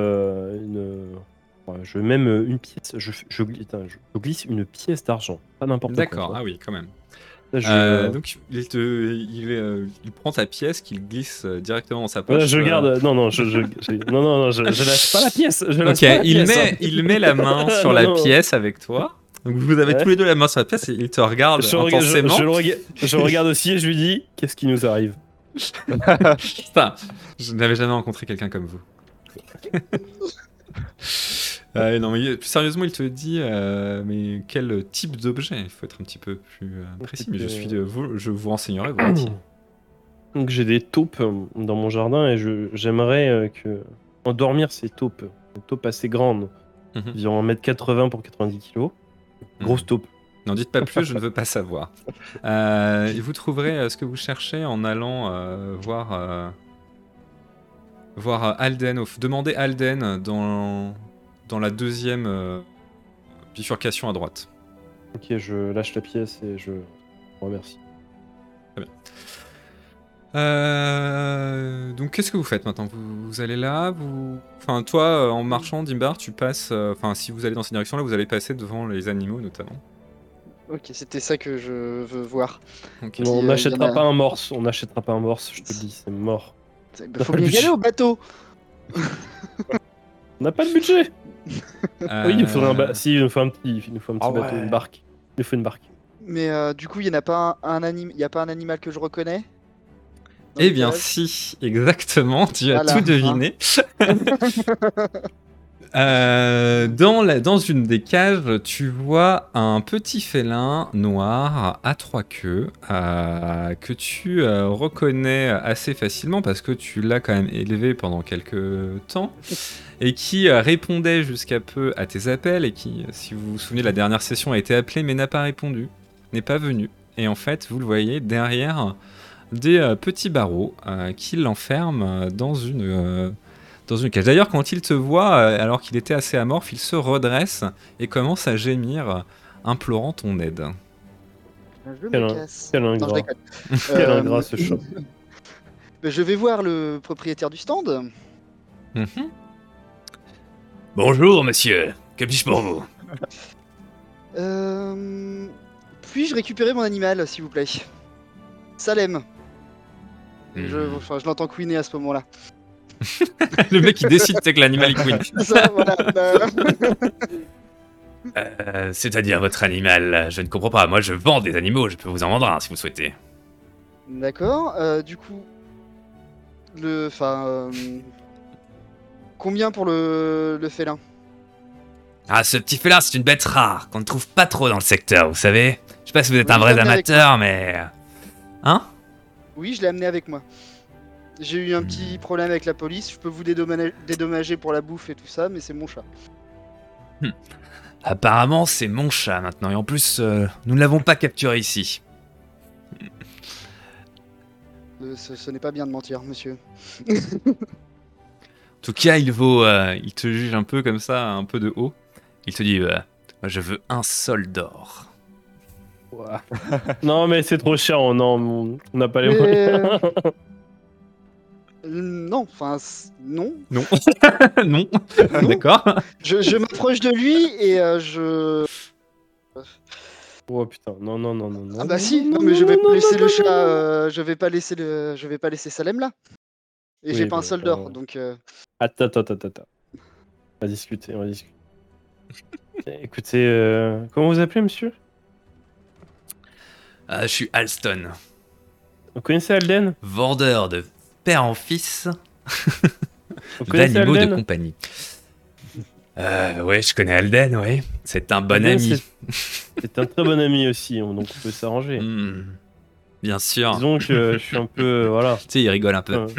Ouais, je mets même une pièce. Je glisse une pièce d'argent. Pas n'importe quoi. D'accord, ah oui, quand même. Là, Donc il prend ta pièce qu'il glisse directement dans sa poche. je garde. Non, je lâche pas la pièce. Ok, il met la main sur la pièce avec toi. Donc vous avez tous les deux la main sur la pièce et il te regarde intensément. Je regarde aussi et je lui dis qu'est-ce qui nous arrive. Putain, je n'avais jamais rencontré quelqu'un comme vous. Non, mais plus sérieusement, il te dit mais quel type d'objet? Il faut être un petit peu plus précis, mais je vous renseignerai volontiers. Donc j'ai des taupes dans mon jardin et j'aimerais endormir ces taupes. Des taupes assez grandes, environ 1m80 pour 90 kg. Grosse taupe. N'en dites pas plus, je ne veux pas savoir. Et vous trouverez ce que vous cherchez en allant voir Alden. Demandez Alden dans la deuxième bifurcation à droite. Ok, je lâche la pièce et je remercie. Très bien. Donc qu'est-ce que vous faites maintenant? Vous allez là, Enfin toi, en marchant, Dimbar, tu passes... Enfin si vous allez dans cette direction-là, vous allez passer devant les animaux notamment. Ok, c'était ça que je veux voir. Okay. Non, on n'achètera pas un morse, je te le dis, c'est mort. Bah, faut bien y aller au bateau. On n'a pas de budget. Oui, il nous faudrait si, il nous faut un petit bateau, une barque. Il nous faut une barque. Mais du coup, il n'y a pas un animal que je reconnais? Eh bien si, exactement, tu as tout deviné. Dans une des cages, tu vois un petit félin noir à 3 queues que tu reconnais assez facilement parce que tu l'as quand même élevé pendant quelques temps et qui répondait jusqu'à peu à tes appels et qui, si vous vous souvenez, la dernière session a été appelée mais n'a pas répondu, n'est pas venu. Et en fait, vous le voyez derrière des petits barreaux qui l'enferment dans une cage. D'ailleurs, quand il te voit, alors qu'il était assez amorphe, il se redresse et commence à gémir, implorant ton aide. Je me casse. Quel ingrat. Quel ingrat ce chat. Je vais voir le propriétaire du stand. Bonjour, monsieur. Que puis-je pour vous? Puis-je récupérer mon animal, s'il vous plaît? Salem. Je l'entends couiner à ce moment-là. Le mec il décide que l'animal il couine. Ça, voilà. C'est-à-dire votre animal? Je ne comprends pas. Moi, je vends des animaux. Je peux vous en vendre un si vous souhaitez. D'accord. Du coup, combien pour le félin? Ah, ce petit félin, c'est une bête rare qu'on ne trouve pas trop dans le secteur, vous savez. Je sais pas si vous êtes Oui, un vrai je l'ai amené avec amateur, mais... Hein? Oui, je l'ai amené avec moi. J'ai eu un petit problème avec la police, je peux vous dédommager pour la bouffe et tout ça, mais c'est mon chat. Apparemment, c'est mon chat maintenant, et en plus, nous ne l'avons pas capturé ici. Ce n'est pas bien de mentir, monsieur. En tout cas, il te juge un peu comme ça, un peu de haut. Il te dit, moi, je veux un sol d'or. Ouah. Non, mais c'est trop cher, on n'a pas les Mais, moyens. Non, enfin, non. Non. Non. Non. D'accord. Je m'approche de lui et je... Oh putain, non. Ah bah si, non mais je vais pas laisser le chat, je vais pas laisser Salem là. Et Oui, j'ai pas un bah, sol d'or, donc... Attends. On va discuter. Écoutez, comment vous appelez, monsieur? Je suis Alston, Vous connaissez Alden? vendeur de père en fils Vous connaissez d'animaux de Alden? compagnie. Ouais, je connais Alden, ouais. C'est un bon Alden, ami. C'est un très bon ami aussi, donc on peut s'arranger. Hmm, bien sûr. Disons que je suis un peu... voilà. Tu sais, il rigole un peu.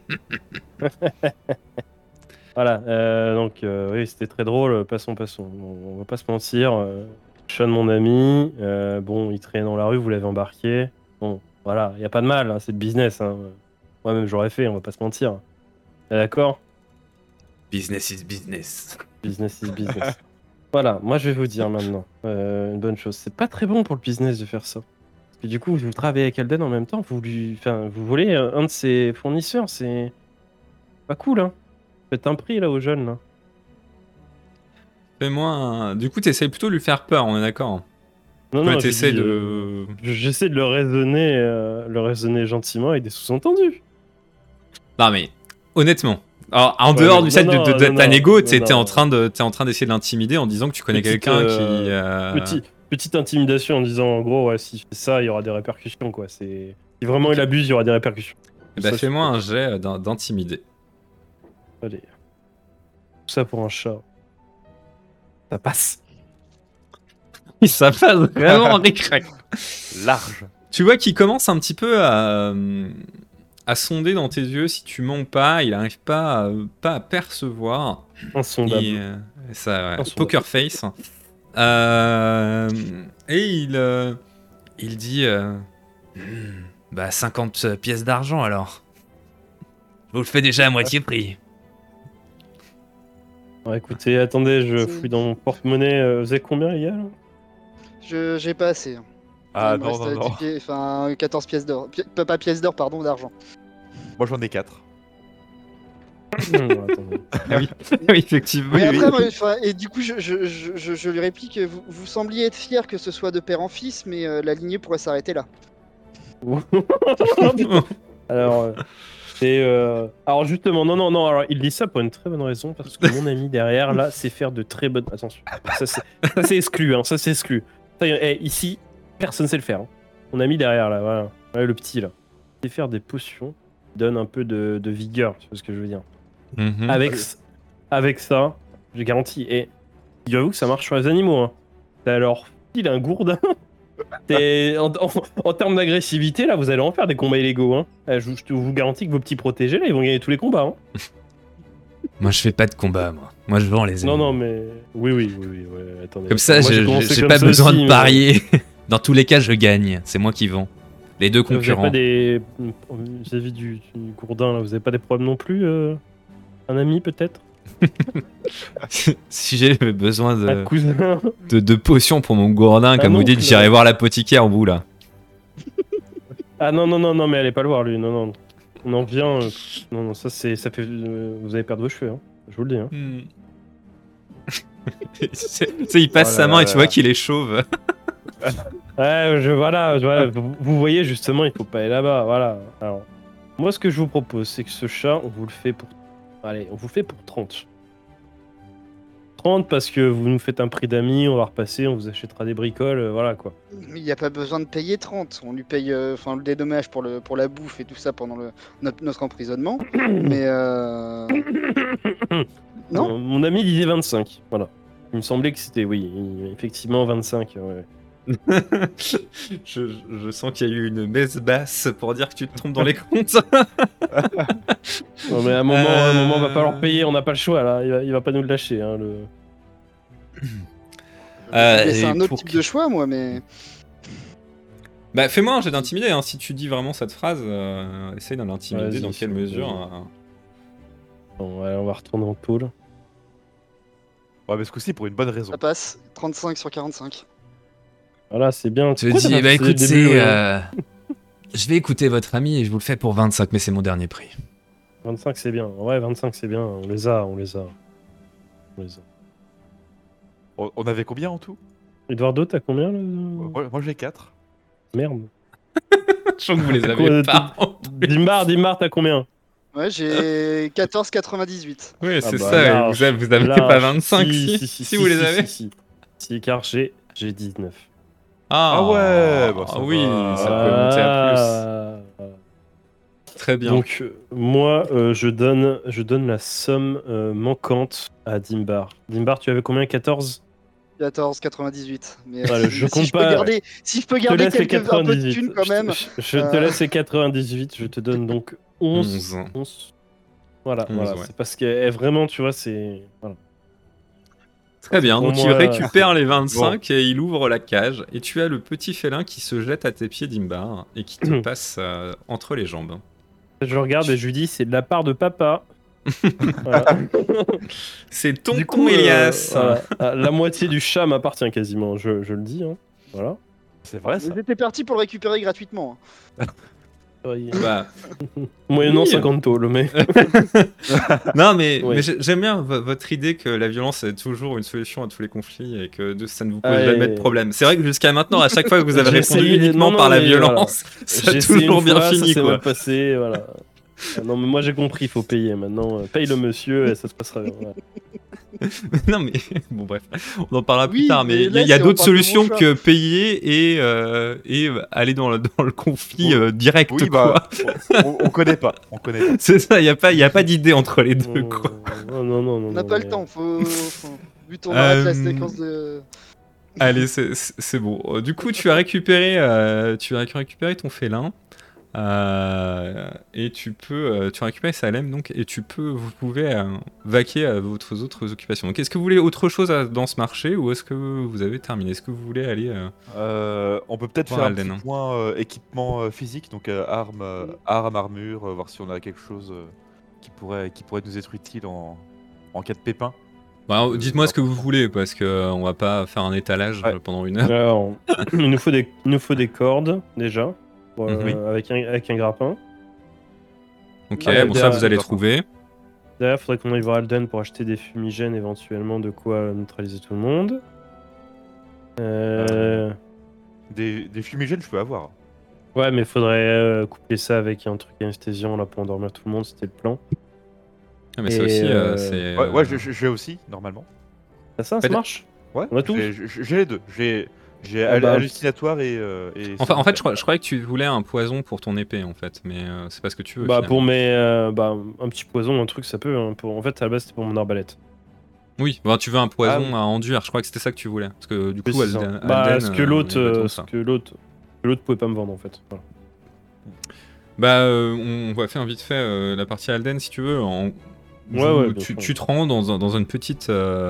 Voilà, donc oui, c'était très drôle. Passons. On va pas se mentir. Sean, mon ami, bon, il traînait dans la rue, vous l'avez embarqué. Bon, voilà, il y a pas de mal, hein, c'est le business. Hein. Moi-même, j'aurais fait, on va pas se mentir. D'accord? Business is business. Business is business. Voilà, moi je vais vous dire maintenant une bonne chose. C'est pas très bon pour le business de faire ça. Parce que du coup, vous travaillez avec Alden en même temps, vous volez un de ses fournisseurs, c'est pas cool, hein. Faites un prix là aux jeunes là. Fais-moi un... Du coup, t'essayes plutôt de lui faire peur, on est d'accord. Non, Ouais, non, t'essaies je dis, de... j'essaie de le raisonner gentiment avec des sous-entendus. Non mais, honnêtement. Alors, en Ouais, dehors non, du fait non, de non, ta négo, non, t'es non. en train d'essayer de l'intimider en disant que tu connais Petite, quelqu'un qui... Petite intimidation en disant en gros, ouais, s'il fait ça, il y aura des répercussions quoi. Si vraiment il abuse, il y aura des répercussions. Bah, Ça, fais-moi un jet d'intimider. Allez. Tout ça pour un chat. Ça passe. Ça passe vraiment ric-rac. Large. Tu vois qu'il commence un petit peu à sonder dans tes yeux si tu mens ou pas. Il arrive pas à percevoir. Insondable. Ça, ouais. Insondable. Poker face. Et il dit Bah, 50 pièces d'argent alors. Je vous le fais déjà à moitié prix. Alors, écoutez, attendez, je C'est- fouille dans mon porte-monnaie. Vous avez combien les gars là? J'ai pas assez. Hein. Ah Il me non, reste, non, non. 14 pièces d'or. Pas pièces d'or, pardon, d'argent. Moi j'en ai 4. Attendez. Ah oui, oui, effectivement. Mais Oui, après, oui. et du coup, je lui réplique, vous sembliez être fier que ce soit de père en fils, mais la lignée pourrait s'arrêter là. Alors, alors justement, non, alors il dit ça pour une très bonne raison, parce que mon ami derrière, là, sait faire de très bonnes... Attention, ça c'est exclu, hein, ça c'est exclu. Ça, ici, personne sait le faire. Hein. Mon ami derrière, là, voilà, le petit, là, sait faire des potions qui donnent un peu de vigueur, tu vois ce que je veux dire. Mhm. Avec ça, je garantis, et j'avoue que ça marche sur les animaux. Hein. Alors, il a un gourdin. En termes d'agressivité, là, vous allez en faire des combats illégaux. Hein. Je vous garantis que vos petits protégés, là, ils vont gagner tous les combats. Hein. Moi, je fais pas de combat, moi. Moi, je vends les animaux. Non, mais... Oui, ouais, attendez. Comme ça, Moi, j'ai commencé comme pas ça besoin aussi, de mais- parier. Dans tous les cas, je gagne. C'est moi qui vends. Les deux Vous avez concurrents. pas des... Vis-à-vis du gourdin, là, vous avez pas des problèmes non plus Un ami, peut-être Si j'ai besoin Un cousin de potions pour mon gourdin, comme vous oncle. dites, j'irai voir l'apothicaire au bout là. Ah non, mais allez pas le voir, lui. Non. On en vient... Non, ça fait... vous allez perdre vos cheveux, hein. Je vous le dis, hein. Tu sais, il passe Oh là sa main là et tu là vois là. qu'il est chauve. Ouais, voilà, vous voyez justement, il faut pas aller là-bas, voilà. Alors, moi, ce que je vous propose, c'est que ce chat, on vous le fait pour... Allez, on vous le fait pour 30. 30 parce que vous nous faites un prix d'amis, on va repasser, on vous achètera des bricoles, voilà quoi. Mais il n'y a pas besoin de payer 30. On lui paye le dédommage pour la bouffe et tout ça pendant notre emprisonnement. Mais non, Mon ami disait 25, voilà. Il me semblait que c'était, oui, effectivement 25. Ouais. Je sens qu'il y a eu une messe basse pour dire que tu te trompes dans les comptes. Non, mais à un moment, on va pas leur payer, on n'a pas le choix là. Il va pas nous le lâcher. Hein, C'est un autre pour type que- de choix, moi, mais. Bah, fais-moi un jet d'intimider, hein. Si tu dis vraiment cette phrase, essaye d'en intimider, Vas-y, dans quelle c'est- mesure. Bon, ouais, on va retourner en pôle. Ouais, mais ce coup-ci, pour une bonne raison. Ça passe. 35 sur 45. Voilà, c'est bien. Je te Pourquoi t'as dis, pas bah fait dès le écoute, début, c'est. ouais. Je vais écouter votre ami et je vous le fais pour 25, mais c'est mon dernier prix. 25 c'est bien. Ouais, 25 c'est bien. On les a. On avait combien en tout? Eduardo, t'as combien là Moi j'ai 4. Merde. Je sens que vous les Quoi, avez pas. Dimbar, t'as combien? Ouais, j'ai 14,98. Oui, c'est Ah bah, ça, large, vous avez large. pas 25 si vous les avez. Si car j'ai 19. Ah ouais, bah, ça oui, va. ça peut monter à Ah. plus. Très bien. Donc moi, je donne la somme manquante à Dimbar. Dimbar, tu avais combien? 14? 14,98. Mais Voilà, je si compte je peux pas. garder, si je peux Je te garder laisse les un peu de 98. thunes quand même. Je te laisse les 98. Je te donne donc 11. 11. Voilà, 11, voilà. ouais. C'est parce que vraiment, tu vois, c'est. Voilà. Très bien, Pour donc il moi, récupère les 25 et il ouvre la cage. Et tu as le petit félin qui se jette à tes pieds, Dimbar, et qui te passe entre les jambes. Je le regarde et je lui dis c'est de la part de papa. Voilà. C'est tonton Du coup, Elias. voilà, la moitié du chat m'appartient quasiment, je le dis. Hein. Voilà. C'est vrai ça. J'étais parti pour le récupérer gratuitement. Bah, Moyennant oui. 50 tôles, mais. non, mais, Oui. mais j'aime bien votre idée que la violence est toujours une solution à tous les conflits et que ça ne vous pose Ah, jamais de et- problème. C'est vrai que jusqu'à maintenant, à chaque fois que vous avez J'ai répondu essayé- uniquement non, par la mais violence, ça a J'ai essayé toujours une bien fois, fini, ça s'est quoi. mal passé, voilà. Ah non, mais moi j'ai compris, il faut payer maintenant. Paye le monsieur et ça se passera bien. Voilà. Non, mais bon, bref, on en parlera plus Oui, tard. Mais mais il là, y a c'est- on d'autres parle de mon solutions chat. que payer et aller dans le conflit direct, Oui, quoi. bah, on connaît pas. On connaît pas. C'est ça, il n'y a pas d'idée entre les deux, Non, quoi. non. On n'a pas le mais- temps. Vite, on arrête la Euh, séquence de. Allez, c'est bon. Du coup, tu as récupéré ton félin. Et tu as récupéré Salem, donc, et vous pouvez vaquer à vos autres occupations. Donc, est-ce que vous voulez autre chose dans ce marché ou est-ce que vous avez terminé? Est-ce que vous voulez aller On peut peut-être Voir faire un Alden, petit hein. point équipement physique, donc armes, armure, voir si on a quelque chose qui pourrait nous être utile en cas de pépin. Bah, dites-moi ce que vous voulez, parce que on va pas faire un étalage Ouais. pendant une heure. Alors, il nous faut des cordes déjà, Oui. avec un grappin. Ok, Ah, bon, ça, vous allez d'accord. trouver. Derrière, il faudrait qu'on aille voir Alden pour acheter des fumigènes, éventuellement de quoi neutraliser tout le monde. Des fumigènes, je peux avoir. Ouais, mais il faudrait coupler ça avec un truc anesthésiant là pour endormir tout le monde, c'était le plan. Ah, mais ça Et, aussi, euh, c'est. Ouais, j'ai aussi, normalement. Ça Fait- marche. Ouais, On a tous j'ai les deux. J'ai Ah bah, hallucinatoire et. En fait, je croyais que tu voulais un poison pour ton épée, en fait, mais c'est pas ce que tu veux. Bah, finalement. pour un petit poison, un truc, ça peut. Hein, en fait, à la base, c'était pour mon arbalète. Oui, bah, tu veux un poison Ah oui. à enduire, je crois que c'était ça que tu voulais. Parce que du coup, Oui, c'est ça. Alden, Bah, ce que il l'autre, veut tout ce ça. que l'autre pouvait pas me vendre en fait. Voilà. Bah, on va faire vite fait la partie Alden si tu veux. Ouais, bien sûr. Tu te rends dans une petite.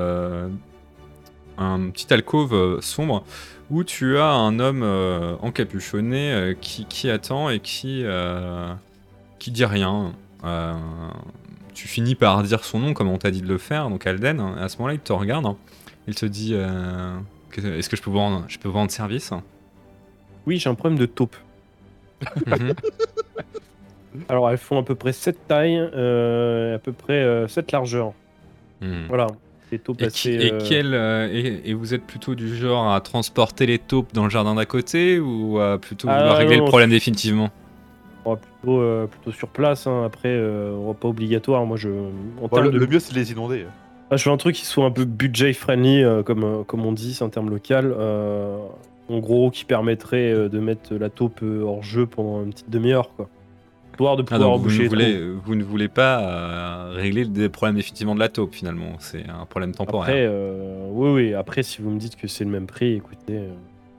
Un petit alcôve sombre où tu as un homme encapuchonné qui attend et qui dit rien. Tu finis par dire son nom comme on t'a dit de le faire, donc Alden. À ce moment-là, il te regarde. Il te dit est-ce que je peux vous rendre service? Oui, j'ai un problème de taupe. Mhm. Alors, elles font à peu près 7 tailles, à peu près 7 largeurs. Mhm. Voilà. Les taupes assez. Et vous êtes plutôt du genre à transporter les taupes dans le jardin d'à côté ou à plutôt Ah, vouloir régler non, le problème définitivement? Plutôt sur place. Hein. Après, pas obligatoire. Moi, en Bon, termes de le mieux, c'est de les inonder. je veux un truc qui soit un peu budget friendly, comme on dit, c'est un terme local. En gros, qui permettrait de mettre la taupe hors jeu pendant une petite demi-heure, quoi. histoire de Ah, pouvoir donc boucher les trous. vous ne voulez pas régler des problèmes définitivement de la taupe finalement, c'est un problème temporaire. Après, oui, après, si vous me dites que c'est le même prix, écoutez...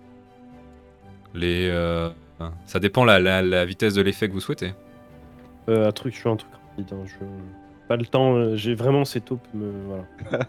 Ça dépend la vitesse de l'effet que vous souhaitez. je suis un truc rapide, hein, pas le temps, j'ai vraiment ces taupes, voilà.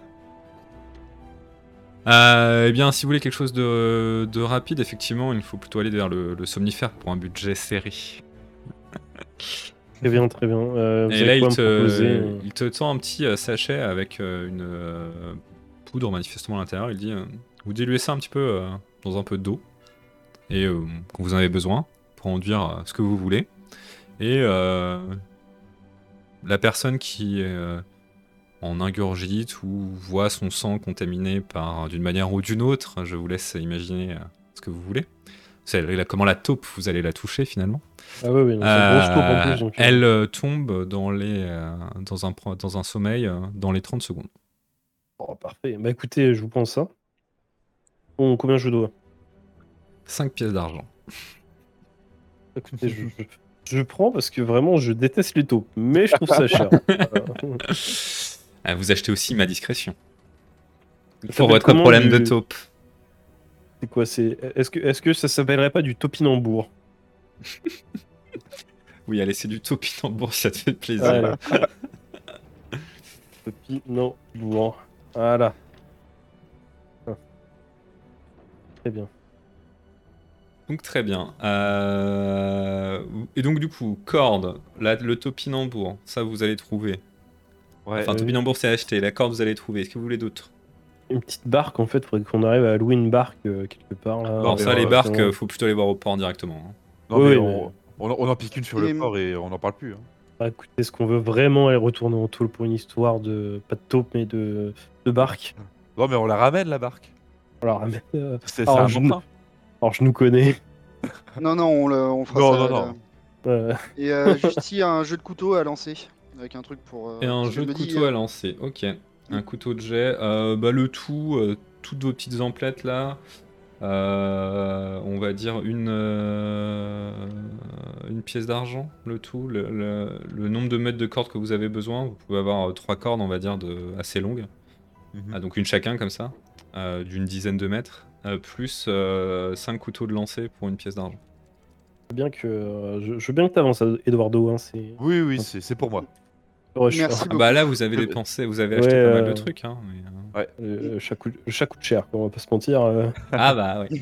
Eh bien, si vous voulez quelque chose de rapide, effectivement, il faut plutôt aller vers le somnifère pour un budget série. Très bien, très bien. Vous Et avez là, quoi me proposer il te tend un petit sachet avec une poudre manifestement à l'intérieur. Il dit vous diluez ça un petit peu dans un peu d'eau et quand vous en avez besoin pour enduire ce que vous voulez. Et la personne qui en ingurgite ou voit son sang contaminé d'une manière ou d'une autre, je vous laisse imaginer ce que vous voulez. C'est comment la taupe, vous allez la toucher finalement. Ah oui, donc c'est une grosse taupe en plus. Donc, elle tombe dans un sommeil dans les 30 secondes. Oh, parfait. Bah écoutez, je vous prends ça. Bon, combien je dois? 5 pièces d'argent. Écoutez, je prends parce que vraiment, je déteste les taupes, mais je trouve ça cher. Vous achetez aussi ma discrétion. Ça Pour s'appelle votre comment, problème de taupe. C'est quoi? Est-ce que ça s'appellerait pas du topinambour? Oui, allez, c'est du topinambour, ça te fait plaisir. Allez. Topinambour. Voilà. Ah. Très bien. Donc très bien. Et donc du coup, corde, le topinambour, ça vous allez trouver. Ouais. Enfin, topinambour c'est acheté, la corde vous allez trouver. Est-ce que vous voulez d'autres? Une petite barque, en fait, faudrait qu'on arrive à louer une barque quelque part. Là. Bon, ça, les c'est barques, bon. faut plutôt les voir au port directement. Hein. Non, Oui, mais mais- on en pique une sur Et- le port et on n'en parle plus. Hein. Bah, écoutez, est-ce qu'on veut vraiment aller retourner en tôle pour une histoire de, pas de taupe, mais de barque? Non, mais on la ramène, la barque. Alors, C'est alors, un je, emprunt. alors, je nous connais. Non, on fera Non, ça. non, là. non. Et juste il y a un jeu de couteau à lancer. Avec un truc pour. Et un parce que jeu je de me dis, couteau à lancer, ok. Un couteau de jet, le tout, toutes vos petites emplettes là, on va dire une pièce d'argent, le tout, le nombre de mètres de cordes que vous avez besoin, vous pouvez avoir 3 cordes, on va dire, assez longues, Mhm. donc une chacun comme ça, d'une dizaine de mètres, plus 5 couteaux de lancer pour une pièce d'argent. Je veux bien que tu avances, Eduardo. Hein, Oui, oui, c'est pour moi. Merci Ah beaucoup. bah là vous avez dépensé, vous avez acheté pas mal de trucs, hein. chaque coûte cher, on va pas se mentir. Ah bah ouais.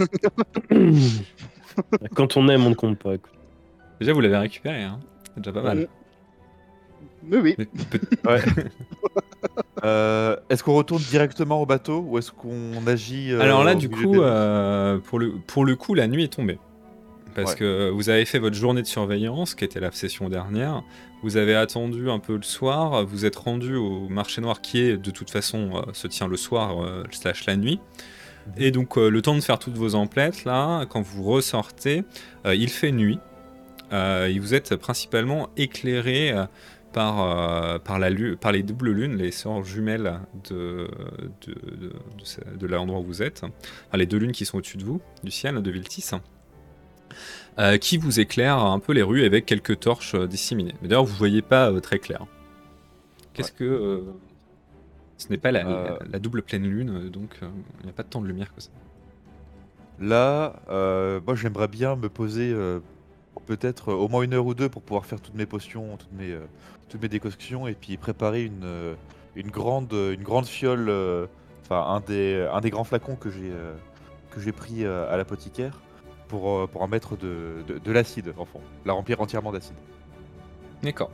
Quand on aime, on ne compte pas. Écoute. Déjà vous l'avez récupéré, hein. C'est déjà pas mal. Mais oui. Mais Ouais. Est-ce qu'on retourne directement au bateau ou est-ce qu'on agit Alors là, au du milieu coup, des nefs pour le coup, la nuit est tombée. Parce Ouais. que vous avez fait votre journée de surveillance, qui était la session dernière. Vous avez attendu un peu le soir. Vous êtes rendu au marché noir qui est, de toute façon, se tient le soir / la nuit. Et donc, le temps de faire toutes vos emplettes, là, quand vous ressortez, il fait nuit. Et vous êtes principalement éclairé par les doubles lunes, les sœurs jumelles de l'endroit où vous êtes. Enfin, les deux lunes qui sont au-dessus de vous, du ciel, de Viltis. Qui vous éclairent un peu les rues avec quelques torches disséminées. Mais d'ailleurs, vous ne voyez pas très clair. Qu'est-ce que... ce n'est pas la double pleine lune, donc il n'y a pas tant de lumière que ça. Là, moi j'aimerais bien me poser peut-être au moins 1 heure ou 2 pour pouvoir faire toutes mes potions, toutes mes décoctions et puis préparer une grande fiole, enfin un des grands flacons que j'ai pris à l'apothicaire pour en mettre de l'acide en fond, la remplir entièrement d'acide. D'accord.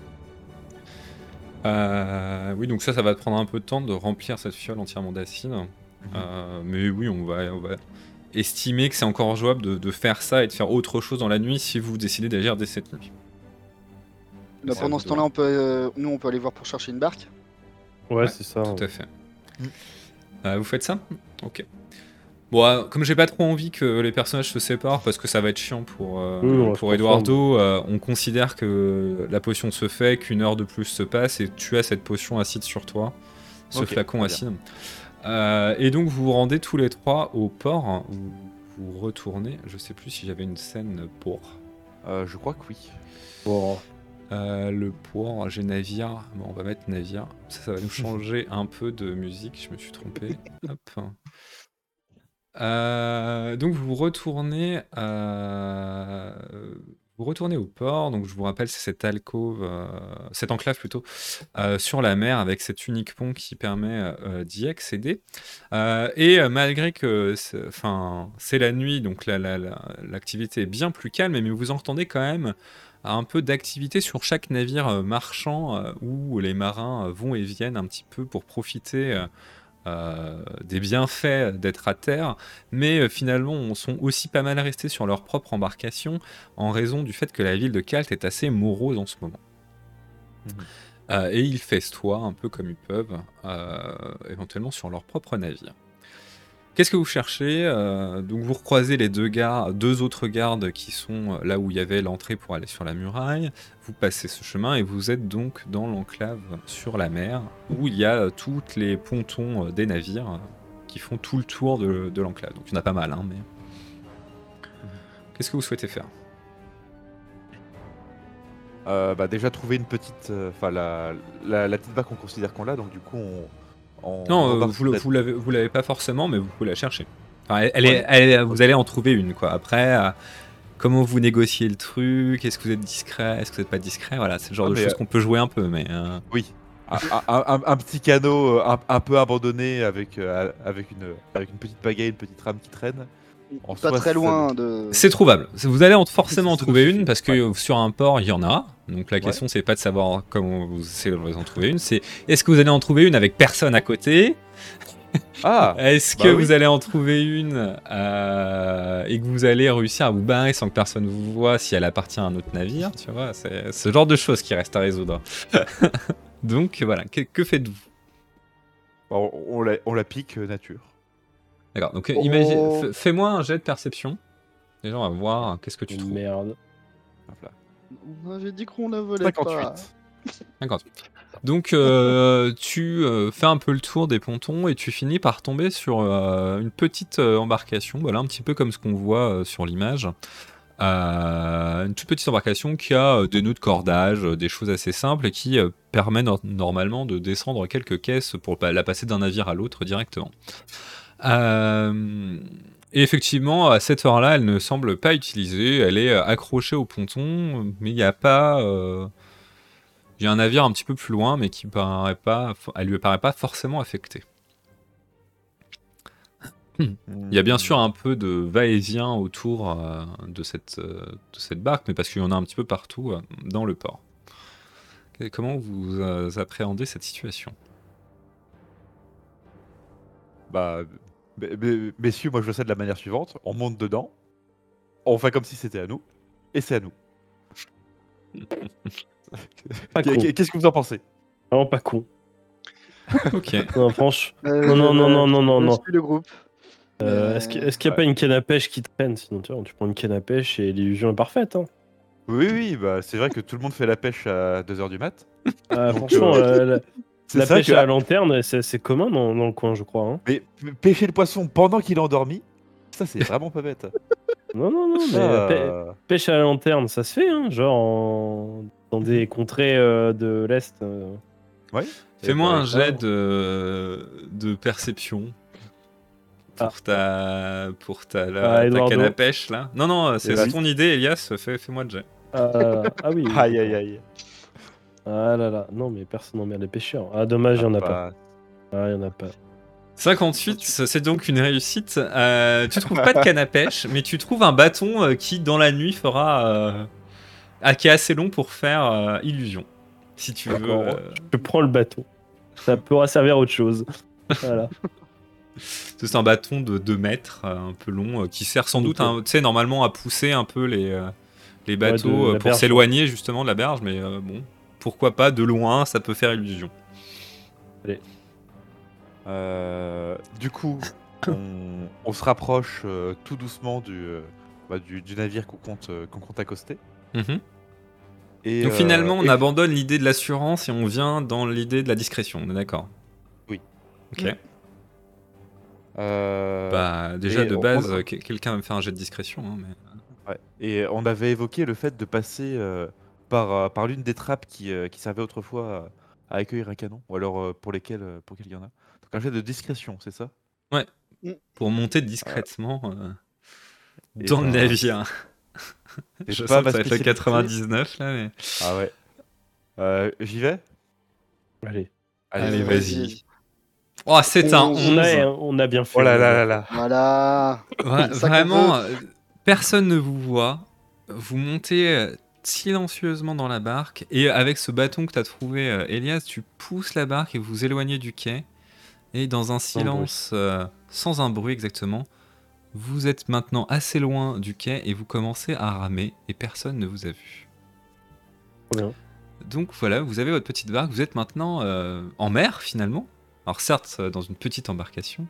Oui, donc ça va te prendre un peu de temps de remplir cette fiole entièrement d'acide. Mais oui, on va estimer que c'est encore jouable de faire ça et de faire autre chose dans la nuit si vous décidez d'agir dès cette nuit. Là, pendant ce temps-là, on peut aller voir pour chercher une barque. Ouais, c'est ça. Tout à fait. Vous faites ça? Ok. Bon, comme j'ai pas trop envie que les personnages se séparent parce que ça va être chiant pour Eduardo, on considère que la potion se fait, qu'1 heure de plus se passe et tu as cette potion acide sur toi, ce flacon acide. Et donc vous vous rendez tous les trois au port, où vous retournez. Je sais plus si j'avais une scène pour. Je crois que oui. Bon. Le port, j'ai navire. Bon, on va mettre navire. Ça va nous changer un peu de musique. Je me suis trompé. Hop. Donc vous retournez au port. Donc je vous rappelle, c'est cette alcôve, cette enclave plutôt, sur la mer avec cet unique pont qui permet d'y accéder. Malgré que c'est la nuit, donc l'activité est bien plus calme, mais vous entendez quand même un peu d'activité sur chaque navire marchand où les marins vont et viennent un petit peu pour profiter des bienfaits d'être à terre, mais finalement sont aussi pas mal restés sur leur propre embarcation en raison du fait que la ville de Kalt est assez morose en ce moment. Et ils festoient un peu comme ils peuvent, éventuellement sur leur propre navire. Qu'est-ce que vous cherchez? Donc vous recroisez les deux autres gardes qui sont là où il y avait l'entrée pour aller sur la muraille. Vous passez ce chemin et vous êtes donc dans l'enclave sur la mer où il y a tous les pontons des navires qui font tout le tour de l'enclave. Donc il y en a pas mal, hein, mais... Qu'est-ce que vous souhaitez faire? Déjà trouver une petite... la petite barque qu'on considère qu'on l'a, donc du coup on Non, embarque vous l'avez pas forcément, mais vous pouvez la chercher. Enfin, Ouais. vous allez en trouver une, quoi. Après, comment vous négociez le truc? Est-ce que vous êtes discret? Est-ce que vous n'êtes pas discret? Voilà, c'est le genre de choses qu'on peut jouer un peu, mais... Oui. Un petit canot un peu abandonné avec une petite pagaie, une petite rame qui traîne. En Pas soi, très ça loin doit- de. C'est trouvable. Vous allez forcément en Ça trouver nous une suffit. parce que sur un port, il y en a. Donc la Ouais. question, c'est pas de savoir comment vous allez en trouver une. C'est est-ce que vous allez en trouver une avec personne à côté? Ah Est-ce bah que oui. vous allez en trouver une et que vous allez réussir à vous barrer sans que personne vous voit si elle appartient à un autre navire? Tu vois, c'est ce genre de choses qui reste à résoudre. Donc voilà, que faites-vous? On la pique nature. D'accord. Donc Oh. fais-moi un jet de perception. Déjà, on va voir qu'est-ce que tu trouves. Merde. Hop là. J'ai dit qu'on la volait 58. pas. 58. Donc tu fais un peu le tour des pontons et tu finis par tomber sur une petite embarcation, voilà, un petit peu comme ce qu'on voit sur l'image. Une toute petite embarcation qui a des nœuds de cordage, des choses assez simples et qui permet normalement de descendre quelques caisses pour la passer d'un navire à l'autre directement. Et effectivement, à cette heure-là, elle ne semble pas utilisée, elle est accrochée au ponton, mais il n'y a pas... Il y a un navire un petit peu plus loin, mais qui paraît pas, elle lui paraît pas forcément affectée. Il y a bien sûr un peu de va-et-vient autour de cette barque, mais parce qu'il y en a un petit peu partout dans le port. Comment vous appréhendez cette situation? Messieurs, moi je vois ça de la manière suivante. On monte dedans, on fait comme si c'était à nous, et c'est à nous. Pas con. Qu'est-ce que vous en pensez? Vraiment pas con. Ok. Non, franchement. Non. Je suis le groupe. Est-ce qu'il n'y a pas une canne à pêche qui traîne? Sinon, tu prends une canne à pêche et l'illusion est parfaite. Hein. Oui, c'est vrai que tout le monde fait la pêche à 2h du mat. Donc, Franchement, la vrai pêche que- à la lanterne, c'est commun dans le coin, je crois. Hein. Mais pêcher le poisson pendant qu'il est endormi, ça c'est vraiment pas bête. Non, mais Ça, pêche à la lanterne, ça se fait, hein, genre dans des contrées de l'Est. ouais. Fais-moi bah, un jet de perception pour ta Eduardo. canne à pêche là. Non, c'est Vas-y. ton idée, Elias. Fais-moi le jet. Ah oui. Aïe. Ah là là, non, mais personne n'emmerde les pêcheurs. Ah, dommage, il n'y en a pas. Ah, il n'y en a pas. 58, c'est donc une réussite. Tu trouves pas de canne à pêche, mais tu trouves un bâton qui, dans la nuit, qui est assez long pour faire illusion. Si tu veux. D'accord. Je prends le bateau. Ça pourra servir à autre chose. Voilà. C'est un bâton de 2 mètres, un peu long, qui sert sans doute, Nickel. tu sais, normalement à pousser un peu les bateaux de la pour berge. s'éloigner justement de la berge, mais bon, pourquoi pas, de loin, ça peut faire illusion. Du coup, on se rapproche tout doucement du navire qu'on compte accoster. Mhm. Et, Donc finalement, on et- abandonne l'idée de l'assurance et on vient dans l'idée de la discrétion, on est d'accord? Oui. Ok. euh, Déjà et de on- base, on- quelqu'un va me faire un jet de discrétion. Hein, mais... ouais. Et on avait évoqué le fait de passer par l'une des trappes qui servait autrefois à accueillir un canon, ou alors pour lesquelles il y en a. Donc un jet de discrétion, c'est ça? Ouais. Mm. Pour monter Ah, discrètement et dans le ben, navire. c'est Je pas sens que ma ça va être le spécialité. 99 là, mais. Ah ouais. J'y vais? Allez. Allez, Vas-y, vas-y. Oh, c'est un 11. On a bien fait. Oh là on a là bien là fait. là. Voilà. C'est ça qu'on Vraiment, veut. personne ne vous voit. Vous montez silencieusement dans la barque et avec ce bâton que tu as trouvé, Elias, tu pousses la barque et vous vous éloignez du quai. Et dans un silence, sans un bruit exactement, vous êtes maintenant assez loin du quai et vous commencez à ramer et personne ne vous a vu. Trop bien. Donc voilà, vous avez votre petite barque, vous êtes maintenant en mer finalement. Alors certes, dans une petite embarcation.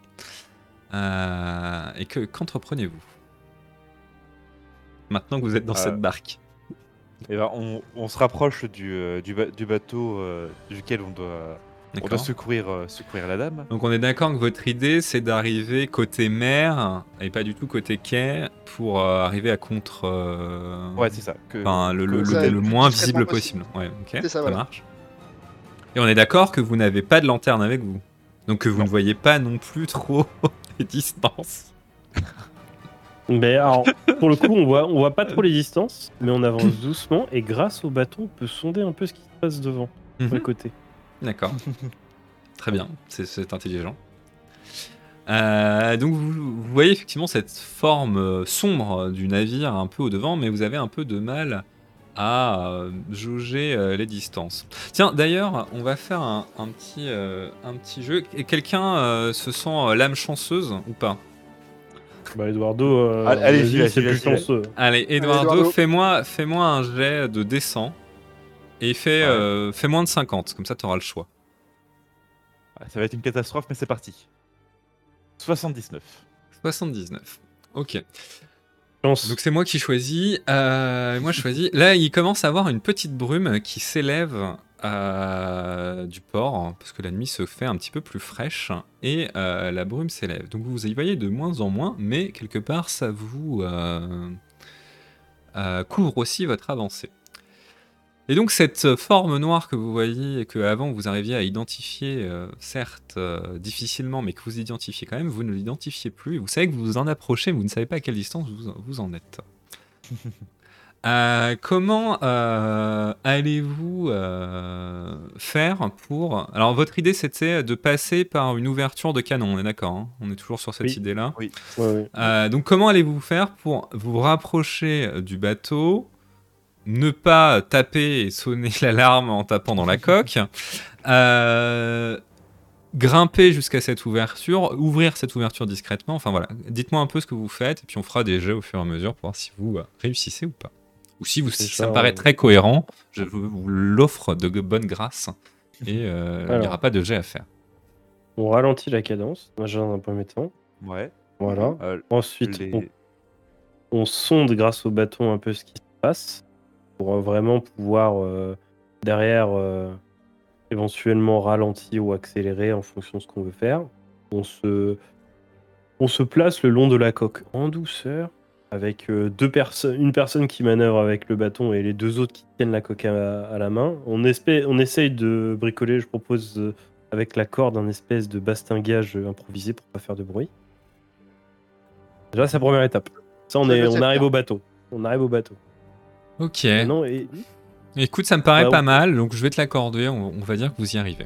Et qu'entreprenez-vous maintenant que vous êtes dans cette barque? Et ben, on se rapproche du bateau duquel on doit D'accord. secourir la dame. Donc on est d'accord que votre idée c'est d'arriver côté mer et pas du tout côté quai pour arriver à contre... Ouais, c'est ça. Enfin, le le plus moins discrètement visible possible. possible. Ouais, ok, C'est ça, ça voilà. marche. Et on est d'accord que vous n'avez pas de lanterne avec vous. Donc que vous Non. ne voyez pas non plus trop les distances. Mais alors, pour le coup, on voit pas trop les distances, mais on avance doucement et grâce au bâton, on peut sonder un peu ce qui se passe devant, sur les Mhm. côtés. D'accord. Très bien, c'est intelligent. Donc vous voyez effectivement cette forme sombre du navire un peu au devant, mais vous avez un peu de mal à jauger les distances. Tiens, d'ailleurs, on va faire un petit jeu. Et quelqu'un se sent l'âme chanceuse ou pas? Bah, Eduardo, Allez, vas-y, j'y vais, c'est j'y vais, plus j'y vais. chanceux. Allez, Eduardo, Eduardo. fais-moi un jet de descend et fais moins de 50, comme ça tu auras le choix. Ah, ça va être une catastrophe, mais c'est parti. 79. 79. Ok. Chance. Donc c'est moi qui choisis. Moi je choisis. Là, il commence à avoir une petite brume qui s'élève du port, parce que la nuit se fait un petit peu plus fraîche, et la brume s'élève. Donc vous y voyez de moins en moins, mais quelque part ça vous couvre aussi votre avancée. Et donc cette forme noire que vous voyez et que avant vous arriviez à identifier, certes difficilement, mais que vous identifiez quand même, vous ne l'identifiez plus. Vous savez que vous vous en approchez, mais vous ne savez pas à quelle distance vous en êtes. Comment allez-vous faire pour... Alors votre idée c'était de passer par une ouverture de canon, on est d'accord, hein? On est toujours sur cette Oui. idée-là. Oui. Ouais. Donc comment allez-vous faire pour vous rapprocher du bateau, ne pas taper et sonner l'alarme en tapant dans la coque, grimper jusqu'à cette ouverture, ouvrir cette ouverture discrètement, enfin voilà, dites-moi un peu ce que vous faites, et puis on fera des jeux au fur et à mesure pour voir si vous réussissez ou pas. Ou si ça me paraît très cohérent, je vous l'offre de bonne grâce, et il n'y aura pas de jet à faire. On ralentit la cadence, déjà dans un premier temps. Ouais. Voilà. Ensuite, Les- on sonde grâce au bâton un peu ce qui se passe pour vraiment pouvoir derrière éventuellement ralentir ou accélérer en fonction de ce qu'on veut faire. On se place le long de la coque en douceur avec une personne qui manœuvre avec le bâton et les deux autres qui tiennent la coque à la main. On essaye de bricoler, je propose avec la corde un espèce de bastingage improvisé pour pas faire de bruit. Déjà, c'est la première étape. Ça, on arrive au bateau. On arrive au bateau. Ok. Maintenant, Écoute, ça me paraît Ouais, pas mal, donc je vais te l'accorder, on va dire que vous y arrivez.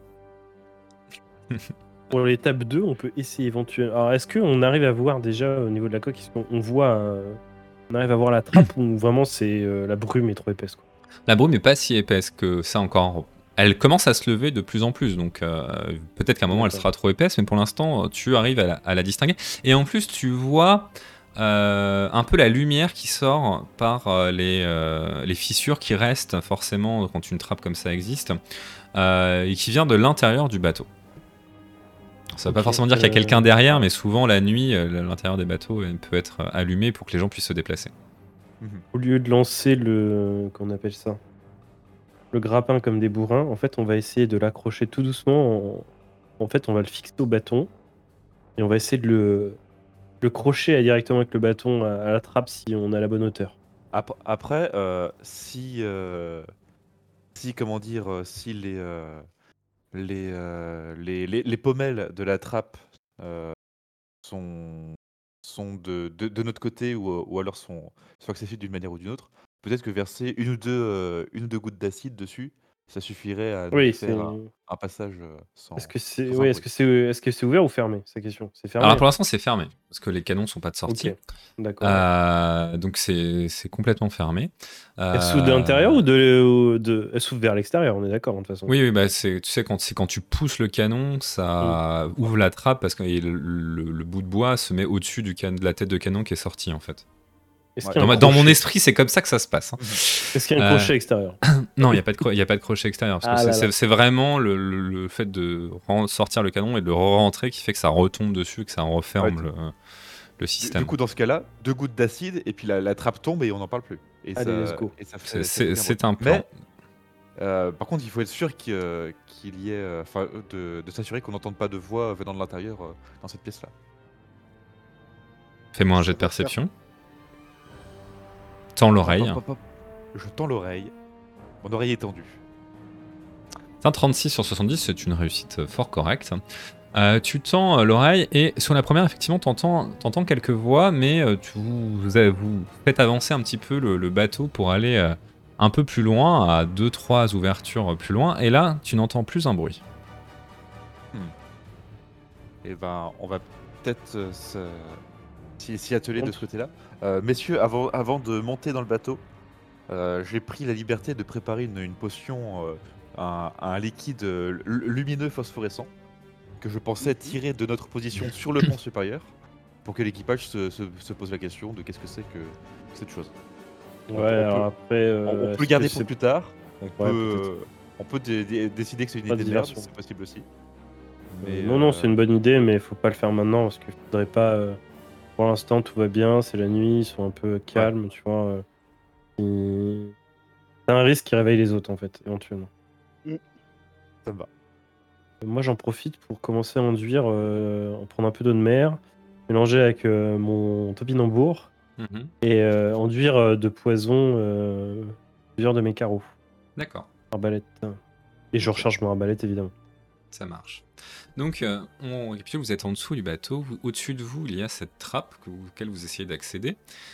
pour l'étape 2, on peut essayer éventuellement. Alors, est-ce qu'on arrive à voir déjà au niveau de la coque, on arrive à voir la trappe ou vraiment c'est la brume est trop épaisse quoi. La brume n'est pas si épaisse que ça encore. Elle commence à se lever de plus en plus, donc peut-être qu'à un moment elle sera trop épaisse, mais pour l'instant tu arrives à la distinguer. Et en plus tu vois un peu la lumière qui sort par les fissures qui restent forcément quand une trappe comme ça existe, et qui vient de l'intérieur du bateau. Ça ne veut pas forcément dire qu'il y a quelqu'un derrière, mais souvent la nuit, l'intérieur des bateaux peut être allumé pour que les gens puissent se déplacer. Au lieu de lancer qu'on appelle ça, le grappin comme des bourrins, en fait on va essayer de l'accrocher tout doucement. En fait on va le fixer au bâton et on va essayer de le crocher directement avec le bâton à la trappe si on a la bonne hauteur. Après, si comment dire, si les pommelles de la trappe sont, de notre côté ou alors sont accessibles d'une manière ou d'une autre, peut-être que verser une ou deux gouttes d'acide dessus, ça suffirait à nous Oui, c'est. faire un passage Est-ce sans, que c'est sans un oui, bruit. est-ce que c'est ouvert ou fermé? C'est la question. C'est Alors fermé? pour l'instant, c'est fermé, parce que les canons sont pas de sortie. Ok, d'accord. Donc c'est complètement fermé. Elle s'ouvre de l'intérieur ou elle s'ouvre vers l'extérieur, on est d'accord, de toute façon. Oui, bah tu sais, quand tu pousses le canon, ça ouvre la trappe parce que le bout de bois se met au-dessus de la tête de canon qui est sortie, en fait. Est-ce Ouais. qu'il y a un Dans mon crochet? esprit, c'est comme ça que ça se passe. Hein. Est-ce qu'il y a un Euh, crochet extérieur? Non, il n'y a pas de crochet extérieur. Parce Ah que là là. c'est vraiment le fait de sortir le canon et de le rentrer qui fait que ça retombe dessus, que ça referme Ouais, le Du système. coup, dans ce cas-là, 2 gouttes d'acide et puis la trappe tombe et on n'en parle plus. Et Allez, let's ça, go. et ça fait C'est bien c'est bruit. un plan. Mais par contre, il faut être sûr qu'il y ait, enfin, de s'assurer qu'on n'entende pas de voix venant de l'intérieur dans cette pièce-là. Fais-moi un Ça jet de doit faire. perception. Tends l'oreille. Hop, hop, hop, hop. Je tends l'oreille. Mon oreille est tendue. Un 36 sur 70, c'est une réussite fort correcte. Tu tends l'oreille et sur la première, effectivement, t'entends quelques voix, mais vous faites avancer un petit peu le bateau pour aller un peu plus loin, à 2-3 ouvertures plus loin, et là, tu n'entends plus un bruit. Et ben, on va peut-être s'y atteler de ce côté-là. Messieurs, avant de monter dans le bateau, j'ai pris la liberté de préparer une potion, un liquide lumineux phosphorescent que je pensais tirer de notre position sur le pont supérieur pour que l'équipage se pose la question de qu'est-ce que c'est que cette chose. Ouais, alors après. On peut est-ce le garder que pour c'est plus tard. Ouais, peut-être. On peut décider que c'est une Pas idée de de merde, diversion. c'est possible aussi. Mais, Non, c'est une bonne idée, mais faut pas le faire maintenant parce qu'il faudrait pas. Pour l'instant, tout va bien, c'est la nuit, ils sont un peu calmes, tu vois. C'est un risque qui réveille les autres, en fait, éventuellement. ça me va. Moi, j'en profite pour commencer à enduire, en prendre un peu d'eau de mer, mélanger avec mon topinambour et enduire de poison plusieurs de mes carreaux. D'accord, Arbalète. Et je recharge mon arbalète, évidemment. ça marche. Donc, on récapitule, vous êtes en dessous du bateau. Au-dessus de vous, il y a cette trappe auquel vous essayez d'accéder.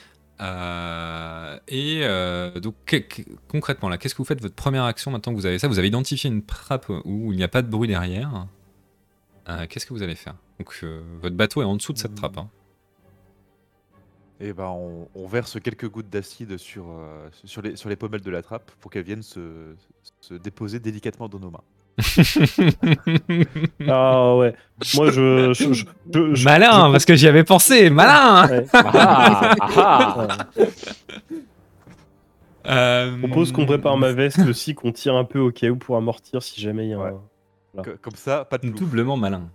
Donc concrètement là, qu'est-ce que vous faites votre première action maintenant que vous avez ça? Vous avez identifié une trappe où il n'y a pas de bruit derrière. Qu'est-ce que vous allez faire? Donc votre bateau est en dessous de cette trappe. Hein. Et ben, on verse quelques gouttes d'acide sur les pommelles de la trappe pour qu'elles viennent se déposer délicatement dans nos mains. Ah ouais, moi je Malin, parce que j'y avais pensé, malin. Ouais. Je propose qu'on prépare ma veste aussi, qu'on tire un peu au cas où pour amortir si jamais il y a Ouais. un. Voilà. Comme ça, pas de plouf. Doublement malin.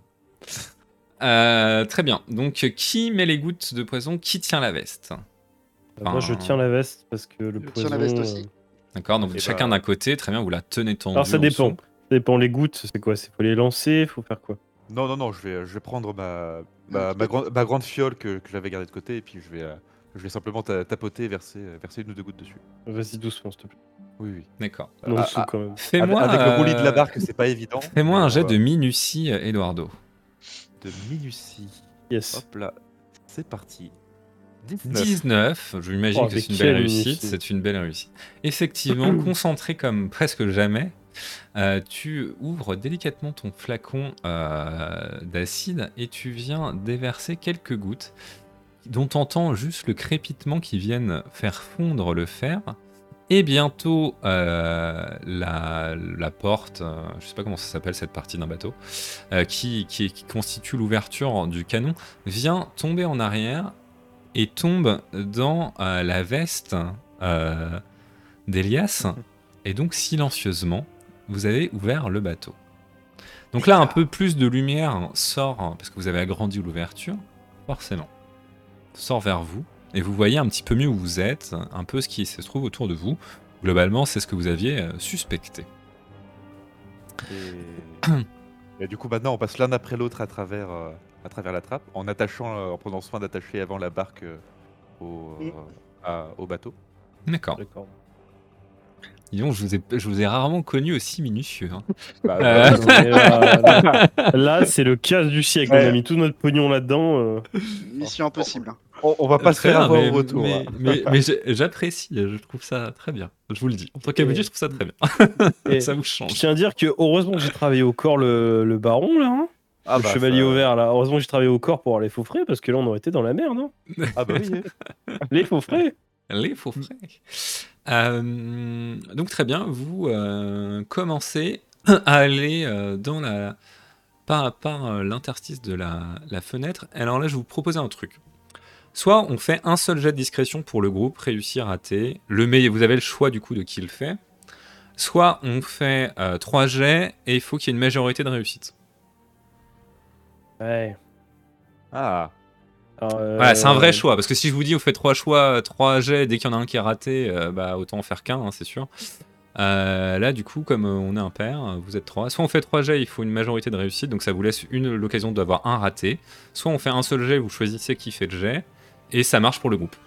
Très bien. Donc qui met les gouttes de poison? Qui tient la veste? Moi je tiens la veste parce que le Je poison. tiens la veste aussi. D'accord, donc Et chacun bah- d'un côté, très bien, vous la tenez tendue. Alors ça en dépend. dessous. Ça dépend, les gouttes, c'est quoi? C'est faut les lancer, faut faire quoi? Non, je vais prendre ma grande fiole que j'avais gardée de côté et puis je vais simplement tapoter et verser une ou deux gouttes dessus. Vas-y doucement, s'il te plaît. Oui. Non, Ah, dessous quand même. Fais-moi Avec le roulis de la barque, c'est pas évident. Fais-moi mais un on jet va- de minutie, Eduardo. de minutie. Yes. Hop là, c'est parti. 19. 19, je m'imagine Oh, que mais c'est une quelle belle réussite. minutie. C'est une belle réussite. Effectivement, concentré comme presque jamais, tu ouvres délicatement ton flacon d'acide et tu viens déverser quelques gouttes dont tu entends juste le crépitement qui viennent faire fondre le fer. Et bientôt, la porte, je sais pas comment ça s'appelle cette partie d'un bateau, qui constitue l'ouverture du canon, vient tomber en arrière et tombe dans la veste d'Elias. Et donc, silencieusement, vous avez ouvert le bateau. Donc là, un peu plus de lumière sort, parce que vous avez agrandi l'ouverture, forcément, sort vers vous. Et vous voyez un petit peu mieux où vous êtes, un peu ce qui se trouve autour de vous. Globalement, c'est ce que vous aviez suspecté. Et du coup, maintenant, on passe l'un après l'autre à travers la trappe, en prenant soin d'attacher avant la barque au bateau. D'accord. D'accord. Disons, je vous ai rarement connu aussi minutieux. Hein. Bah, Non, mais là, c'est le casse du siècle. Ouais. On a mis tout notre pognon là-dedans. Mission impossible. Hein. on va pas se Très faire bien, avoir mais, au retour. mais, hein. mais j'apprécie, je trouve ça très bien. Je vous le dis. En tant qu'habitué, je trouve ça très bien. Et Ça vous je change. tiens à dire que heureusement que j'ai travaillé au corps le baron, là. Hein, Ah le bah, chevalier ça- au vert, là. Heureusement que j'ai travaillé au corps pour avoir les faux frais, parce que là, on aurait été dans la merde. Hein. Ah bah oui. Les faux frais. Les faux frais. Donc très bien, vous commencez à aller dans la par l'interstice de la fenêtre. Alors là, je vous propose un truc. Soit on fait un seul jet de discrétion pour le groupe, réussir, rater. Vous avez le choix du coup de qui le fait. Soit on fait 3 jets et il faut qu'il y ait une majorité de réussite. Ouais. Ah. Alors, Voilà, c'est un vrai choix, parce que si je vous dis vous faites 3 choix, 3 jets, dès qu'il y en a un qui est raté, bah autant en faire qu'un, hein, c'est sûr. Là du coup, comme on est impair, vous êtes 3. Soit on fait 3 jets, il faut une majorité de réussite, donc ça vous laisse l'occasion d'avoir un raté. Soit on fait un seul jet, vous choisissez qui fait le jet, et ça marche pour le groupe.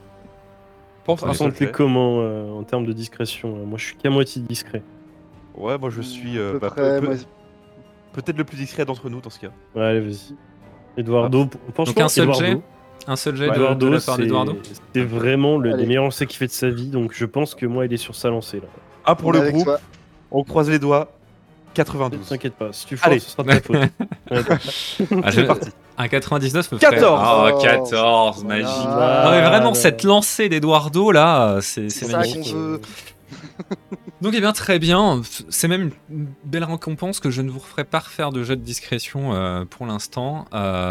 Pense Vous un seul sentez jet. comment en termes de discrétion? Moi, je suis qu'à moitié discret. Ouais, moi je suis À peu bah, près, moi, peut-être le plus discret d'entre nous dans ce cas. Ouais, allez, vas-y. Eduardo, franchement, Donc un seul jet Eduardo, Un seul jet Ouais, de Eduardo, la part d'Eduardo c'est vraiment les Allez. meilleurs lancers qu'il fait de sa vie, donc je pense que moi, il est sur sa lancée, là. Un pour on est le avec groupe, toi. on croise les doigts. Ne 92. t'inquiète pas, si tu Allez. forces, ce sera de ta faute. Ouais. Ah, C'est parti. Un 99 me ferait... 14. Oh, Oh, 14, voilà. magie. Ah, Non mais vraiment, là, cette là. lancée d'Eduardo, là, c'est C'est ça magnifique. qu'on veut. Donc eh bien très bien, c'est même une belle récompense que je ne vous referai pas refaire de jet de discrétion pour l'instant.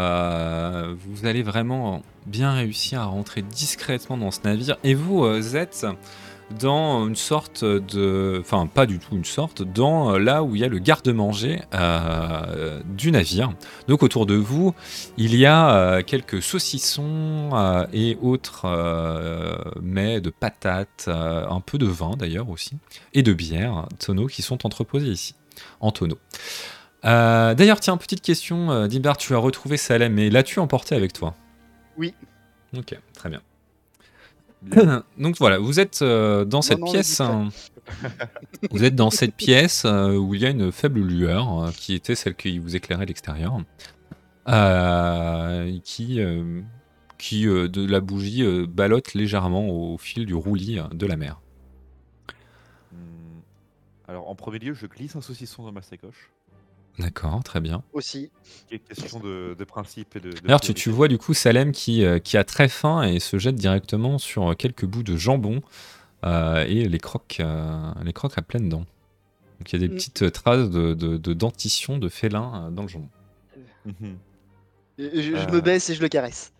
Vous allez vraiment bien réussir à rentrer discrètement dans ce navire et vous êtes dans une sorte de... Enfin pas du tout une sorte, dans là où il y a le garde-manger du navire. Donc autour de vous, il y a quelques saucissons et autres mets de patates, un peu de vin d'ailleurs aussi, et de bière, tonneaux qui sont entreposés ici, en tonneaux. D'ailleurs, tiens, petite question, Dimbar, tu as retrouvé Salem, mais l'as-tu emporté avec toi? Oui. Ok, très bien. Bien. Donc voilà, vous êtes dans cette non, le pièce. discret. Vous êtes dans cette pièce où il y a une faible lueur qui était celle qui vous éclairait l'extérieur, qui de la bougie ballotte légèrement au fil du roulis de la mer. Hmm. Alors en premier lieu, je glisse un saucisson dans ma sacoche. D'accord, très bien. Aussi. Question de principe et de D'ailleurs, tu priorité. vois du coup Salem qui a très faim et se jette directement sur quelques bouts de jambon et les croque à pleines dents. Donc il y a des petites traces de dentition de félin dans le jambon. Mhm. Je me baisse et je le caresse.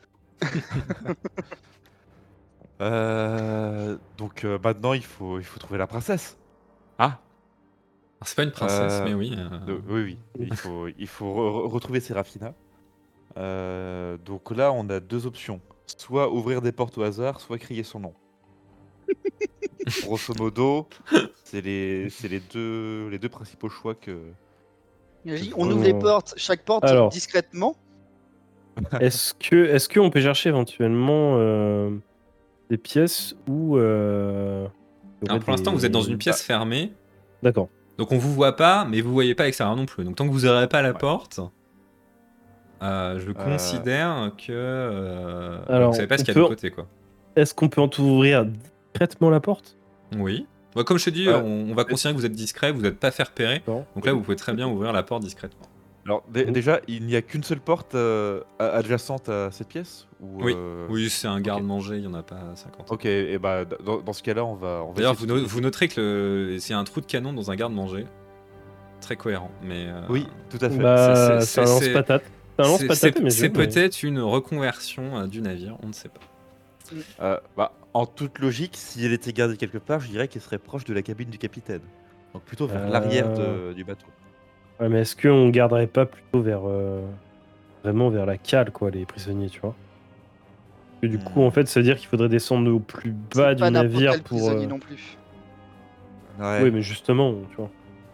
Donc maintenant, il faut trouver la princesse. Ah, Alors, c'est pas une princesse, Euh, mais oui. oui. Il faut retrouver Serafina. Donc là, on a deux options. Soit ouvrir des portes au hasard, soit crier son nom. Grosso modo, c'est les deux principaux choix que... On ouvre les portes, chaque porte Alors. discrètement. Est-ce qu'on peut chercher éventuellement des pièces où. il y aurait Alors pour l'instant, vous êtes dans une des- pièce fermée, D'accord. donc on vous voit pas, mais vous voyez pas à l'extérieur non plus. Donc tant que vous n'aurez pas la Ouais. porte, je considère que Alors, vous savez pas ce on qu'il y a de peut- côté, quoi. Est-ce qu'on peut ouvrir discrètement la porte? Oui. Bah, comme je te dis, Ouais. on va considérer que vous êtes discret, vous n'êtes pas fait repérer. Non. Donc là, vous pouvez très bien ouvrir la porte discrètement. Alors déjà, il n'y a qu'une seule porte adjacente à cette pièce ou, Oui. Oui, c'est un garde-manger, il n'y en a pas 50. Ok, et bah dans ce cas-là, on va D'ailleurs, essayer de- vous noterez que c'est un trou de canon dans un garde-manger. Très cohérent, mais... Oui, tout à fait. Bah, c'est- c'est un c'est- lance-patate. C'est un lance-patate, mais c'est peut-être une reconversion du navire, on ne sait pas. Bah, en toute logique, si elle était gardée quelque part, je dirais qu'elle serait proche de la cabine du capitaine. Donc plutôt vers l'arrière du bateau. Ouais, mais est-ce qu'on garderait pas plutôt vers. Vraiment vers la cale, quoi, les prisonniers, tu vois? Parce que du coup, en fait, ça veut dire qu'il faudrait descendre au plus bas C'est du pas n'importe navire quel pour. prisonnier non plus. Ouais. Oui, mais justement, tu vois.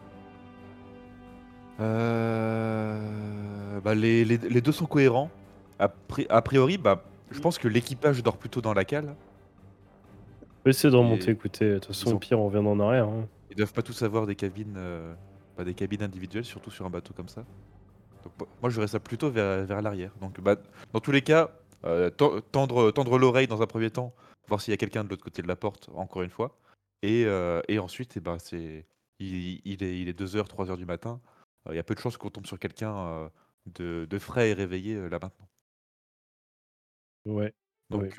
Bah, les deux sont cohérents. A priori, bah, je pense que l'équipage dort plutôt dans la cale. peut essayer de remonter, Et écoutez. De toute façon, ils au ont- pire, on revient en arrière. Hein. Ils doivent pas tous avoir des cabines individuelles, surtout sur un bateau comme ça. Donc, moi, je verrais ça plutôt vers l'arrière. Donc, dans tous les cas, tendre l'oreille dans un premier temps, voir s'il y a quelqu'un de l'autre côté de la porte, encore une fois. Et ensuite, il est 2h, 3h du matin. Il y a peu de chances qu'on tombe sur quelqu'un de frais et réveillé là maintenant. Ouais. Donc, Ouais.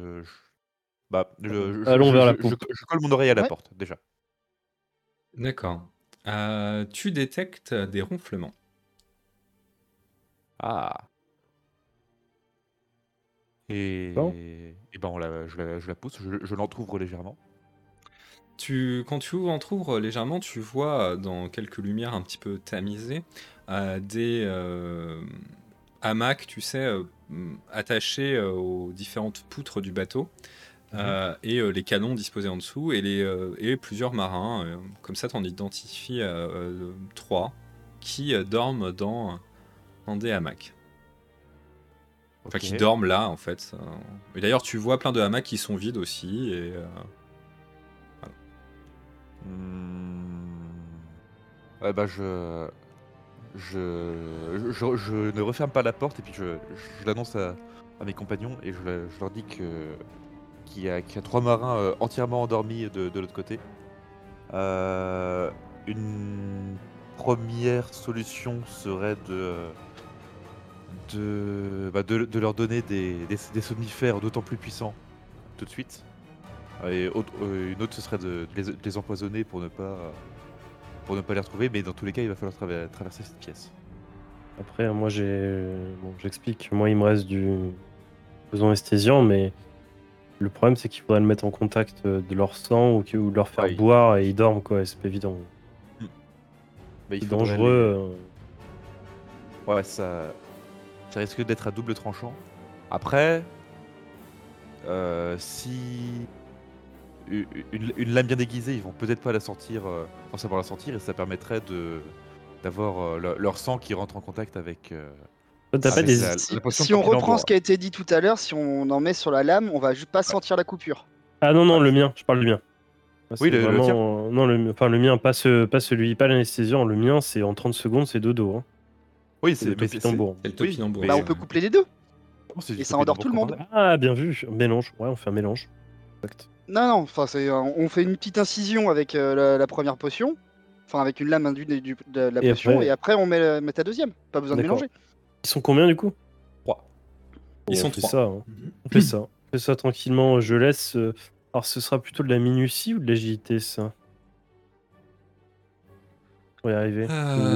je, Allons vers la je- je- poupe. je colle mon oreille à la Ouais. porte, déjà. D'accord. Tu détectes des ronflements. Ah. Bon. Et ben, je la pousse, je l'entrouvre légèrement. Quand tu entrouvres légèrement, tu vois dans quelques lumières un petit peu tamisées des hamacs, tu sais, attachés aux différentes poutres du bateau. Et les canons disposés en dessous et plusieurs marins. Comme ça, tu en identifies 3 qui dorment dans des hamacs. Enfin, qui Ok. dorment là, en fait. Et d'ailleurs, tu vois plein de hamacs qui sont vides aussi. Et, Ouais, bah, je ne referme pas la porte et puis je l'annonce à mes compagnons et je leur dis qu'il y a 3 marins entièrement endormis de l'autre côté. Une première solution serait de leur donner des somnifères d'autant plus puissants tout de suite. Et une autre, ce serait de les empoisonner pour ne pas les retrouver, mais dans tous les cas, il va falloir traverser cette pièce. Après, moi, j'explique. Moi, il me reste du poison anesthésiant, mais le problème, c'est qu'il faudrait le mettre en contact de leur sang ou de leur faire Ouais. boire et ils dorment, quoi. Et c'est pas évident. Mais il C'est faudrait dangereux. Ouais, ça risque d'être à double tranchant. Après, si une lame bien déguisée, ils vont peut-être pas forcément la sortir, et ça permettrait d'avoir leur sang qui rentre en contact avec. Toi, t'as pas avec des. la potion Si de on papillon en reprend bois. ce qui a été dit tout à l'heure, si on en met sur la lame, on va juste pas Ouais. sentir la coupure. Ah non, non, Ouais. le mien. Je parle du mien. Moi, Oui, c'est le tien. Non, le mien, pas celui, pas l'anesthésiant. Le mien, c'est en 30 secondes, c'est dodo. Hein. Oui, C'est le mais topinambour. c'est le oui, topinambour. mais, Bah, on peut coupler les deux. c'est du Et ça endort topinambour tout le qu'on monde. parlait. Ah, bien vu. Mélange. Ouais, on fait un mélange. Exact. Non, non, enfin, on fait une petite incision avec la première potion. Enfin, avec une lame induite de la Et potion. après- Et après, on met ta deuxième. Pas besoin de D'accord. mélanger. Ils sont combien, du coup? 3. Ils Bon, sont on fait 3. ça. Hein. On fait ça. On fait ça tranquillement. Je laisse. Alors, ce sera plutôt de la minutie ou de l'agilité, ça? Pour y arriver.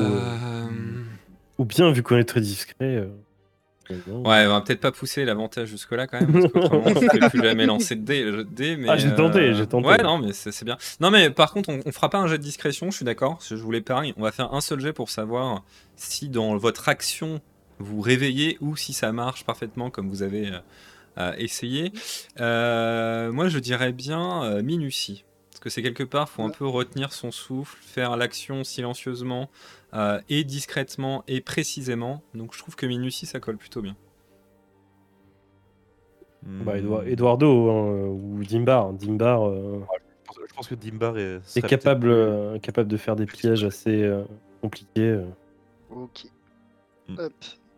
Ou bien, vu qu'on est très discret. Ouais, on va peut-être pas pousser l'avantage jusque-là quand même, parce qu'autrement on ne fait plus jamais lancer de dés. Mais, Ah, j'ai tenté, j'ai tenté. Ouais, non, mais c'est bien. Non, mais par contre, on fera pas un jet de discrétion, je suis d'accord, je vous l'épargne. On va faire un seul jet pour savoir si dans votre action vous réveillez ou si ça marche parfaitement comme vous avez essayé. Moi, je dirais bien minutie. Parce que c'est quelque part, faut un peu retenir son souffle, faire l'action silencieusement et discrètement et précisément. Donc je trouve que minutie, ça colle plutôt bien. Bah, Eduardo ou Dimbar. Dimbar Je pense que Dimbar est capable de faire des pièges assez compliqués. Ok. Mm. Hop.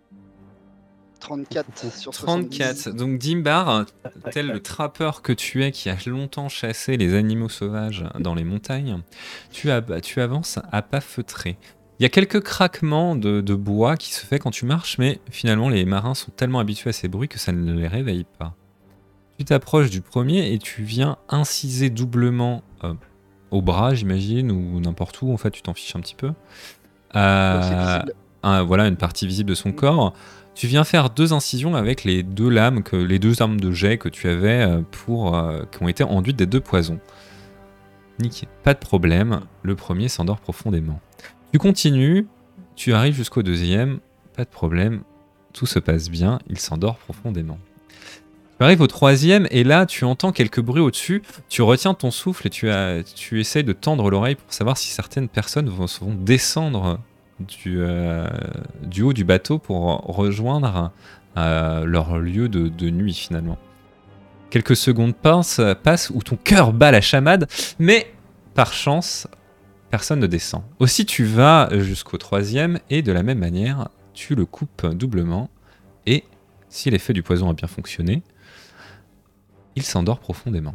34 sur 34. 70. Donc Dimbar, tel le trappeur que tu es qui a longtemps chassé les animaux sauvages dans les montagnes, tu avances à pas feutrés. Il y a quelques craquements de bois qui se fait quand tu marches, mais finalement les marins sont tellement habitués à ces bruits que ça ne les réveille pas. Tu t'approches du premier et tu viens inciser doublement au bras, j'imagine, ou n'importe où, en fait tu t'en fiches un petit peu. C'est visible. Voilà, une partie visible de son corps. Tu viens faire 2 incisions avec les 2 lames, les 2 armes de jet que tu avais qui ont été enduites des 2 poisons. Nickel, pas de problème, le premier s'endort profondément. Tu continues, tu arrives jusqu'au deuxième, pas de problème, tout se passe bien, il s'endort profondément. Tu arrives au troisième et là tu entends quelques bruits au-dessus, tu retiens ton souffle et tu essayes de tendre l'oreille pour savoir si certaines personnes vont descendre du haut du bateau pour rejoindre leur lieu de nuit finalement. Quelques secondes passent où ton cœur bat la chamade, mais par chance, personne ne descend. Aussi, tu vas jusqu'au 3e et de la même manière, tu le coupes doublement. Et si l'effet du poison a bien fonctionné, il s'endort profondément.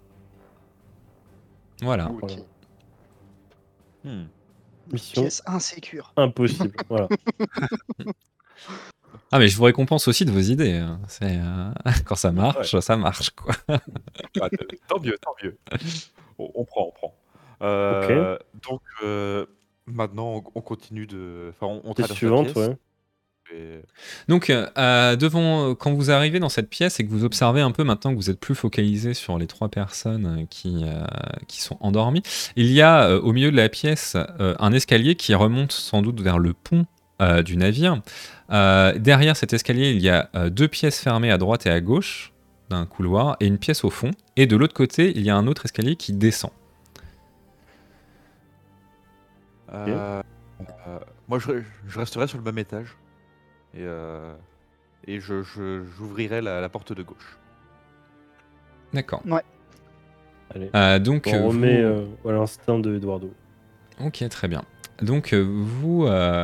Voilà. Ok. Mission Pièce insécure. impossible. Voilà. Ah mais je vous récompense aussi de vos idées. Hein. Quand ça marche quoi. Ah, tant mieux, tant mieux. On prend, on prend. Donc maintenant, on continue de. Enfin, on Pièce traverse la suivante, pièce. ouais. Et... Donc quand vous arrivez dans cette pièce et que vous observez un peu maintenant que vous êtes plus focalisé sur les 3 personnes qui sont endormies, il y a au milieu de la pièce un escalier qui remonte sans doute vers le pont du navire. Derrière cet escalier, il y a 2 pièces fermées à droite et à gauche d'un couloir et une pièce au fond. Et de l'autre côté, il y a un autre escalier qui descend. Moi, je resterai sur le même étage. Et j'ouvrirai la porte de gauche. D'accord. Ouais. Allez. Donc On remet à l'instinct de Eduardo. Ok, très bien. Donc vous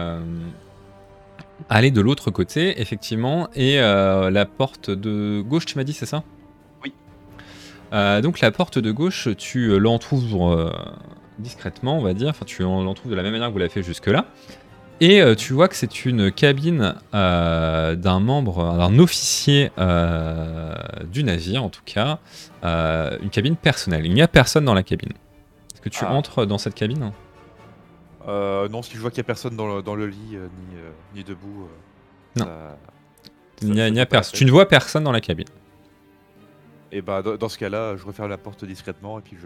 allez de l'autre côté, effectivement, et la porte de gauche, tu m'as dit, c'est ça? Oui. Donc la porte de gauche, tu l'entrouvres discrètement, on va dire, enfin tu l'entrouvres de la même manière que vous l'avez fait jusque-là, et tu vois que c'est une cabine d'un officier du navire, en tout cas, une cabine personnelle. Il n'y a personne dans la cabine. Est-ce que tu entres dans cette cabine? Non, si je vois qu'il n'y a personne dans le lit, ni debout. Non. Ça Il n'y fait a pas la personne. peine. Tu ne vois personne dans la cabine. Et bah, dans ce cas-là, je referme la porte discrètement et puis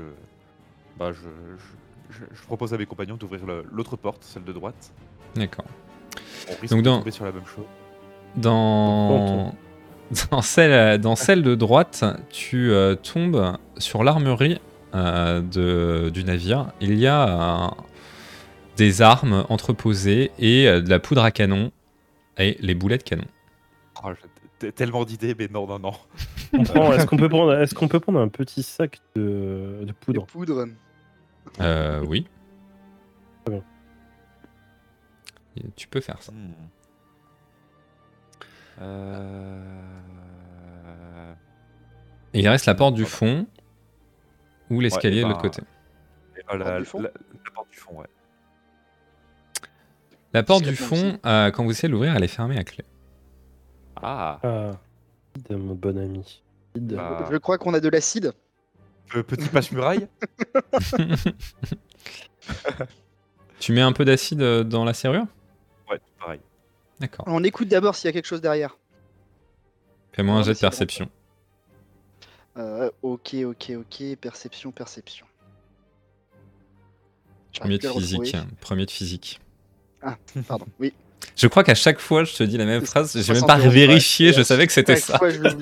je propose à mes compagnons d'ouvrir l'autre porte, celle de droite. D'accord. On risque Donc de tomber sur la même chose. Dans celle de droite, tu tombes sur l'armurerie du navire. Il y a des armes entreposées et de la poudre à canon et les boulets de canon. Oh, j'ai tellement d'idées, mais non. Est-ce qu'on peut prendre un petit sac de poudre? De poudre. Oui. Très bien. Et tu peux faire ça. Et il reste la porte du fond ou l'escalier de l'autre côté. La porte du fond, ouais. La porte du Discrètement fond, quand vous essayez de l'ouvrir, elle est fermée à clé. Ah, Mon bon ami. bah, Je crois qu'on a de l'acide. le petit passe-muraille. Tu mets un peu d'acide dans la serrure? Ouais, pareil. D'accord. On écoute d'abord s'il y a quelque chose derrière. Fais-moi un On jet de essaie de perception. Ok. Perception. Premier de J'arrive plus à le physique. retrouver. Premier de physique. Pardon, oui. Je crois qu'à chaque fois, je te dis la même phrase. J'ai même 71, pas vérifié, ouais. je savais que c'était Chaque ça. fois, je l'oublie.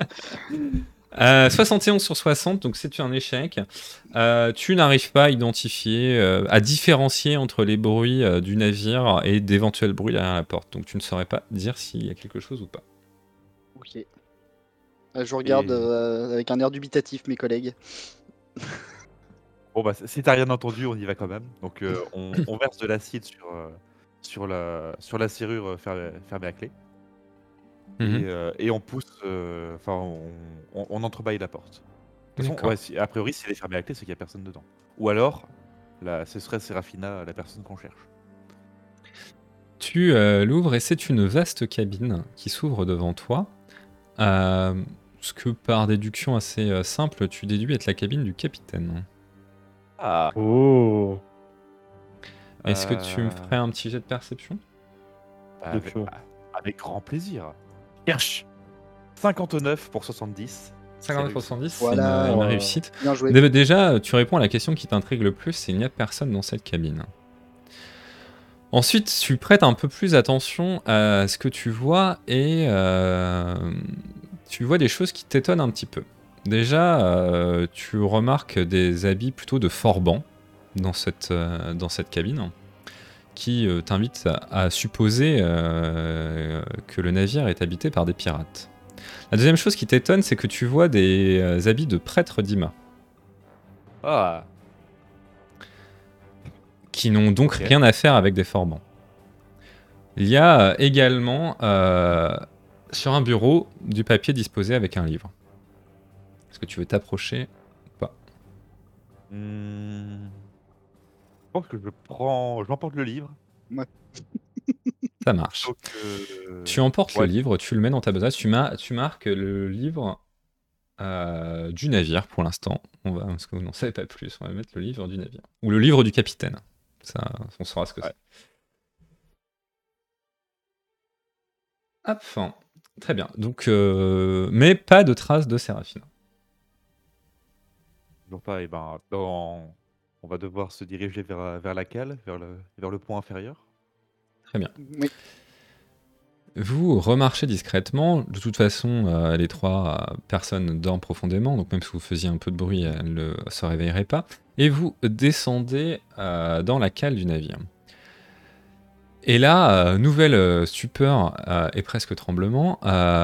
71 sur 60, donc c'est un échec. Tu n'arrives pas à identifier, à différencier entre les bruits du navire et d'éventuels bruits derrière la porte. Donc tu ne saurais pas dire s'il y a quelque chose ou pas. Ok. Je regarde avec un air dubitatif mes collègues. Bon, bah, si t'as rien entendu, on y va quand même. Donc, on verse de l'acide sur la serrure fermée à clé. Et on pousse, on entrebâille la porte. De toute façon, D'accord. a priori, si elle est fermée à clé, c'est qu'il n'y a personne dedans. Ou alors, ce serait Sérafina, la personne qu'on cherche. Tu l'ouvres et c'est une vaste cabine qui s'ouvre devant toi. Ce que par déduction assez simple, tu déduis être la cabine du capitaine. Ah. Oh. Est-ce que tu me ferais un petit jet de perception? Avec grand plaisir. Cherche 59 pour 70. 50 pour 110, Voilà. c'est une réussite. Bien joué. Déjà, tu réponds à la question qui t'intrigue le plus, c'est il n'y a personne dans cette cabine. Ensuite, tu prêtes un peu plus attention à ce que tu vois et tu vois des choses qui t'étonnent un petit peu. Déjà, tu remarques des habits plutôt de forbans dans cette cabine qui t'invitent à supposer que le navire est habité par des pirates. La deuxième chose qui t'étonne, c'est que tu vois des habits de prêtre d'Ima, Ah, qui n'ont donc Ok. rien à faire avec des forbans. Il y a également sur un bureau du papier disposé avec un livre. Est-ce que tu veux t'approcher ou pas? je pense que je m'emporte le livre. Ça marche. Donc, Tu emportes le ouais. livre, tu le mets dans ta besace, tu marques le livre du navire pour l'instant. Parce que vous n'en savez pas plus, on va mettre le livre du navire. Ou le livre du capitaine. Ça, on saura ce que Ouais. c'est. Hop, très bien. Donc, mais pas de traces de Séraphine. Toujours pas. Et ben, on va devoir se diriger vers la cale, vers le pont inférieur. Très bien. Oui. Vous remarchez discrètement. De toute façon, les trois personnes dorment profondément, donc même si vous faisiez un peu de bruit, elles ne se réveilleraient pas. Et vous descendez dans la cale du navire. Et là, nouvelle stupeur et presque tremblement,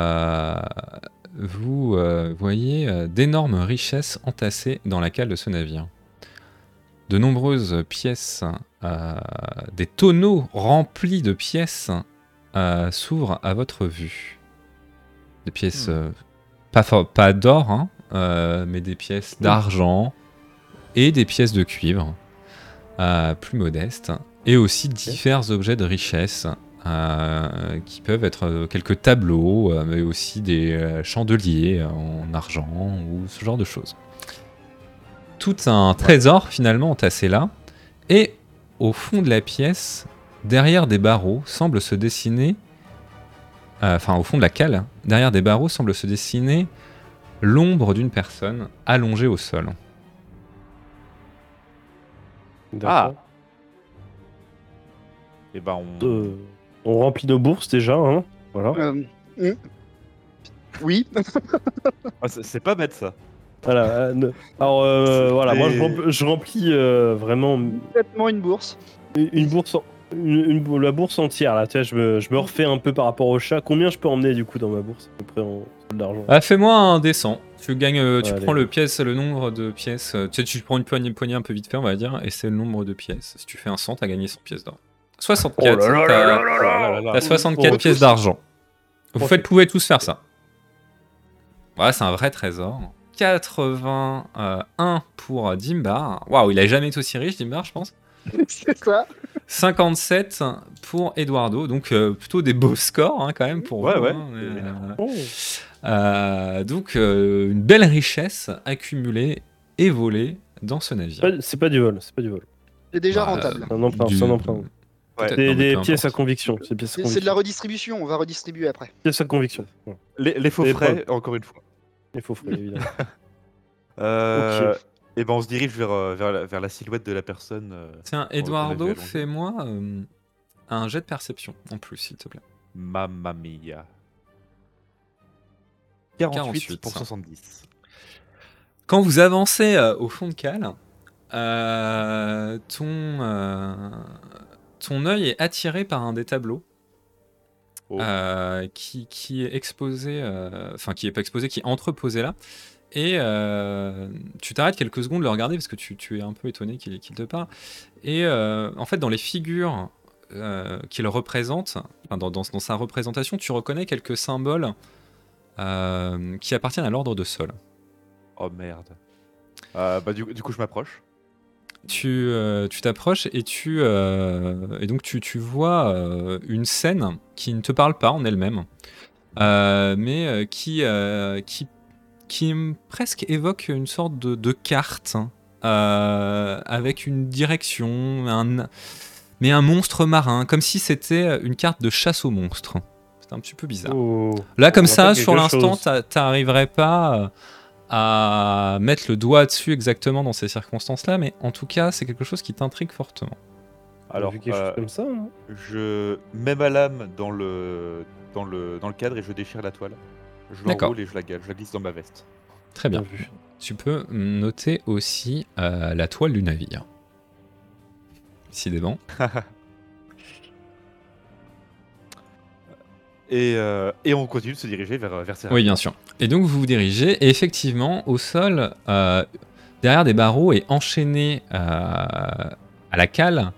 vous voyez d'énormes richesses entassées dans la cale de ce navire. De nombreuses pièces, des tonneaux remplis de pièces s'ouvrent à votre vue. Des pièces pas d'or, hein, mais des pièces d'argent et des pièces de cuivre plus modestes. Et aussi divers objets de richesse qui peuvent être quelques tableaux, mais aussi des chandeliers en argent ou ce genre de choses. Tout un trésor finalement entassé là. Et au fond de la pièce, derrière des barreaux, semble se dessiner, enfin au fond de la cale, derrière des barreaux semble se dessiner l'ombre d'une personne allongée au sol. D'accord. Et ben, On remplit nos bourses déjà, hein. Voilà. Oui. Ah, c'est pas bête ça. Voilà. Voilà, moi Et- je remplis vraiment Complètement une bourse. une bourse, la bourse entière là. Tu vois, je me refais un peu par rapport au chat. Combien je peux emmener du coup dans ma bourse à peu près en d'argent? Fais-moi un dessin. Tu gagnes, tu Allez. prends le nombre de pièces. Tu prends une poignée un peu vite fait, on va dire, et c'est le nombre de pièces. Si tu fais un 100, t'as gagné 100 pièces d'or. 64. Oh là là là là là Oh là là là. T'as 64 Oh, pièces d'argent. Vous Oh, pouvez tous faire ça. Ouais, c'est un vrai trésor. 81 pour Dimbar. Waouh, il a jamais été aussi riche, Dimbar, je pense. C'est ça. 57 pour Eduardo, donc plutôt des beaux scores hein, quand même pour Ouais, vous. ouais. Hein, Oh. donc une belle richesse accumulée et volée dans ce navire. C'est pas du vol, c'est pas du vol. C'est déjà Bah, rentable. C'est un emprunt, c'est un emprunt. Peut-être, Des, non, mais des peu pièces à importe. conviction. C'est pièces à C'est de conviction. la redistribution, on va redistribuer après. Pièces à conviction. Voilà. Les faux Des frais, encore une fois. Il faut frais, évidemment. Et ben, on se dirige vers la silhouette de la personne. Tiens, qu'on a Eduardo, vu allongée. fais-moi un jet de perception en plus, s'il te plaît. Mamma mia. 48 pour ça. 70. Quand vous avancez au fond de cale, ton œil est attiré par un des tableaux Oh. qui est exposé, enfin qui est pas exposé, qui est entreposé là. Et tu t'arrêtes quelques secondes de le regarder parce que tu es un peu étonné qu'il te parle. Et en fait, dans les figures qu'il représente, enfin, dans sa représentation, tu reconnais quelques symboles qui appartiennent à l'ordre de Sol. Oh merde. Du coup, je m'approche. Tu t'approches et donc tu vois une scène qui ne te parle pas en elle-même, mais qui presque évoque une sorte de carte avec une direction, mais un monstre marin, comme si c'était une carte de chasse aux monstres. C'est un petit peu bizarre. Oh. Là, comme On ça, rappelle sur quelque l'instant, chose. t'arriverais pas à mettre le doigt dessus exactement dans ces circonstances-là, mais en tout cas, c'est quelque chose qui t'intrigue fortement. Alors, Alors, vu quelque chose comme ça. Hein. je mets ma lame dans le cadre et je déchire la toile. Je D'accord. l'enroule et je la glisse dans ma veste. Très bien. Bien vu. Tu peux noter aussi la toile du navire. Décidément. et on continue de se diriger vers Serafina. Oui, bien sûr. Et donc vous vous dirigez, et effectivement, au sol, derrière des barreaux et enchaînée à la cale,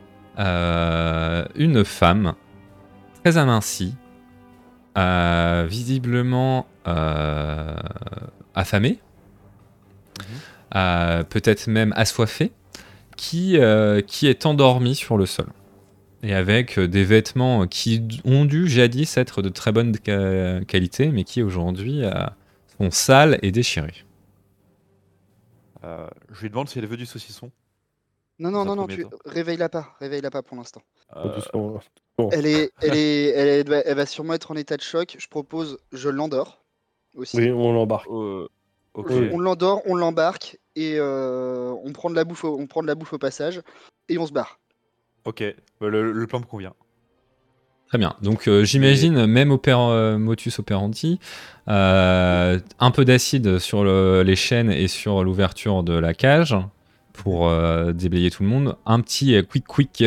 une femme très amincie, visiblement affamée, peut-être même assoiffée, qui est endormie sur le sol. Et avec des vêtements qui ont dû jadis être de très bonne qualité, mais qui aujourd'hui sont sales et déchirés. Je lui demande si elle veut du saucisson. Non, Dans un non, non, premier temps. réveille-la pas pour l'instant. Doucement. Elle va sûrement être en état de choc. Je propose, je l'endors aussi. Oui, on l'embarque. Ok. Oui. On l'endort, on l'embarque et on prend de la bouffe au passage et on se barre. Ok, le plan me convient. Très bien. Donc j'imagine, même motus operandi, un peu d'acide sur les chaînes et sur l'ouverture de la cage pour déblayer tout le monde. Un petit quick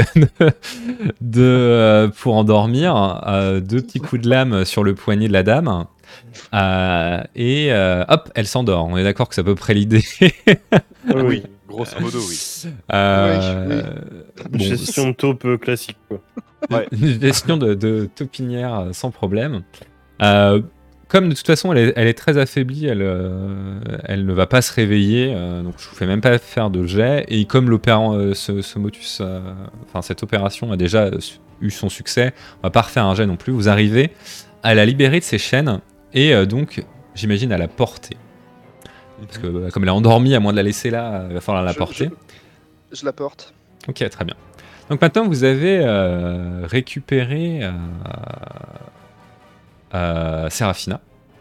pour endormir. 2 petits coups de lame sur le poignet de la dame. Et hop, elle s'endort. On est d'accord que c'est à peu près l'idée. Oui, grosso modo, oui. Bon, Gestion de taupe classique, quoi. Ouais. Une gestion de taupinière sans problème. Comme de toute façon elle est très affaiblie, elle ne va pas se réveiller, donc je vous fais même pas faire de jet. Et comme ce motus, cette opération a déjà eu son succès, on va pas refaire un jet non plus. Vous arrivez à la libérer de ses chaînes et donc j'imagine à la porter. Parce que comme elle est endormie, à moins de la laisser là, il va falloir la porter. Je la porte. Ok, très bien. Donc maintenant, vous avez récupéré Serafina.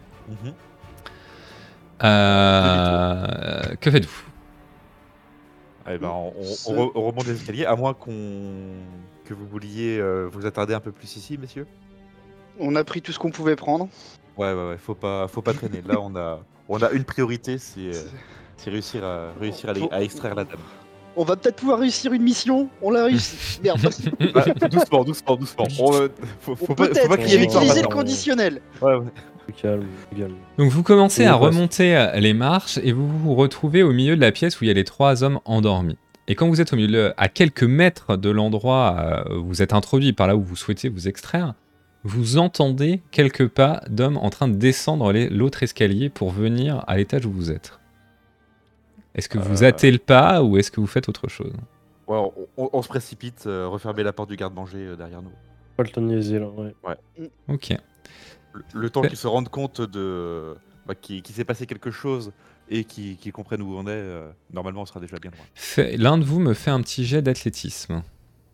Que faites-vous? Eh ben, on remonte les escaliers, à moins que vous vouliez vous attarder un peu plus ici, messieurs. On a pris tout ce qu'on pouvait prendre. Ouais, faut pas traîner. Là, on a une priorité, c'est réussir à extraire la dame. On va peut-être pouvoir réussir une mission. On l'a réussi. Merde. Doucement. Faut pas Peut-être. crier J'ai victoire utilisé le maintenant. conditionnel. Ouais. Calme. Donc vous commencez Oui, à on passe. remonter les marches et vous vous retrouvez au milieu de la pièce où il y a les 3 hommes endormis. Et quand vous êtes au milieu, à quelques mètres de l'endroit où vous êtes introduit par là où vous souhaitez vous extraire, vous entendez quelques pas d'hommes en train de descendre l'autre escalier pour venir à l'étage où vous êtes. Est-ce que vous hâtez le pas ou est-ce que vous faites autre chose? Ouais, on se précipite, refermer la porte du garde-manger derrière nous. Pas le temps de niaiser là, ouais. Ok. Le temps qu'ils se rendent compte qu'il s'est passé quelque chose et qu'ils comprennent où on est, normalement on sera déjà bien loin. L'un de vous me fait un petit jet d'athlétisme.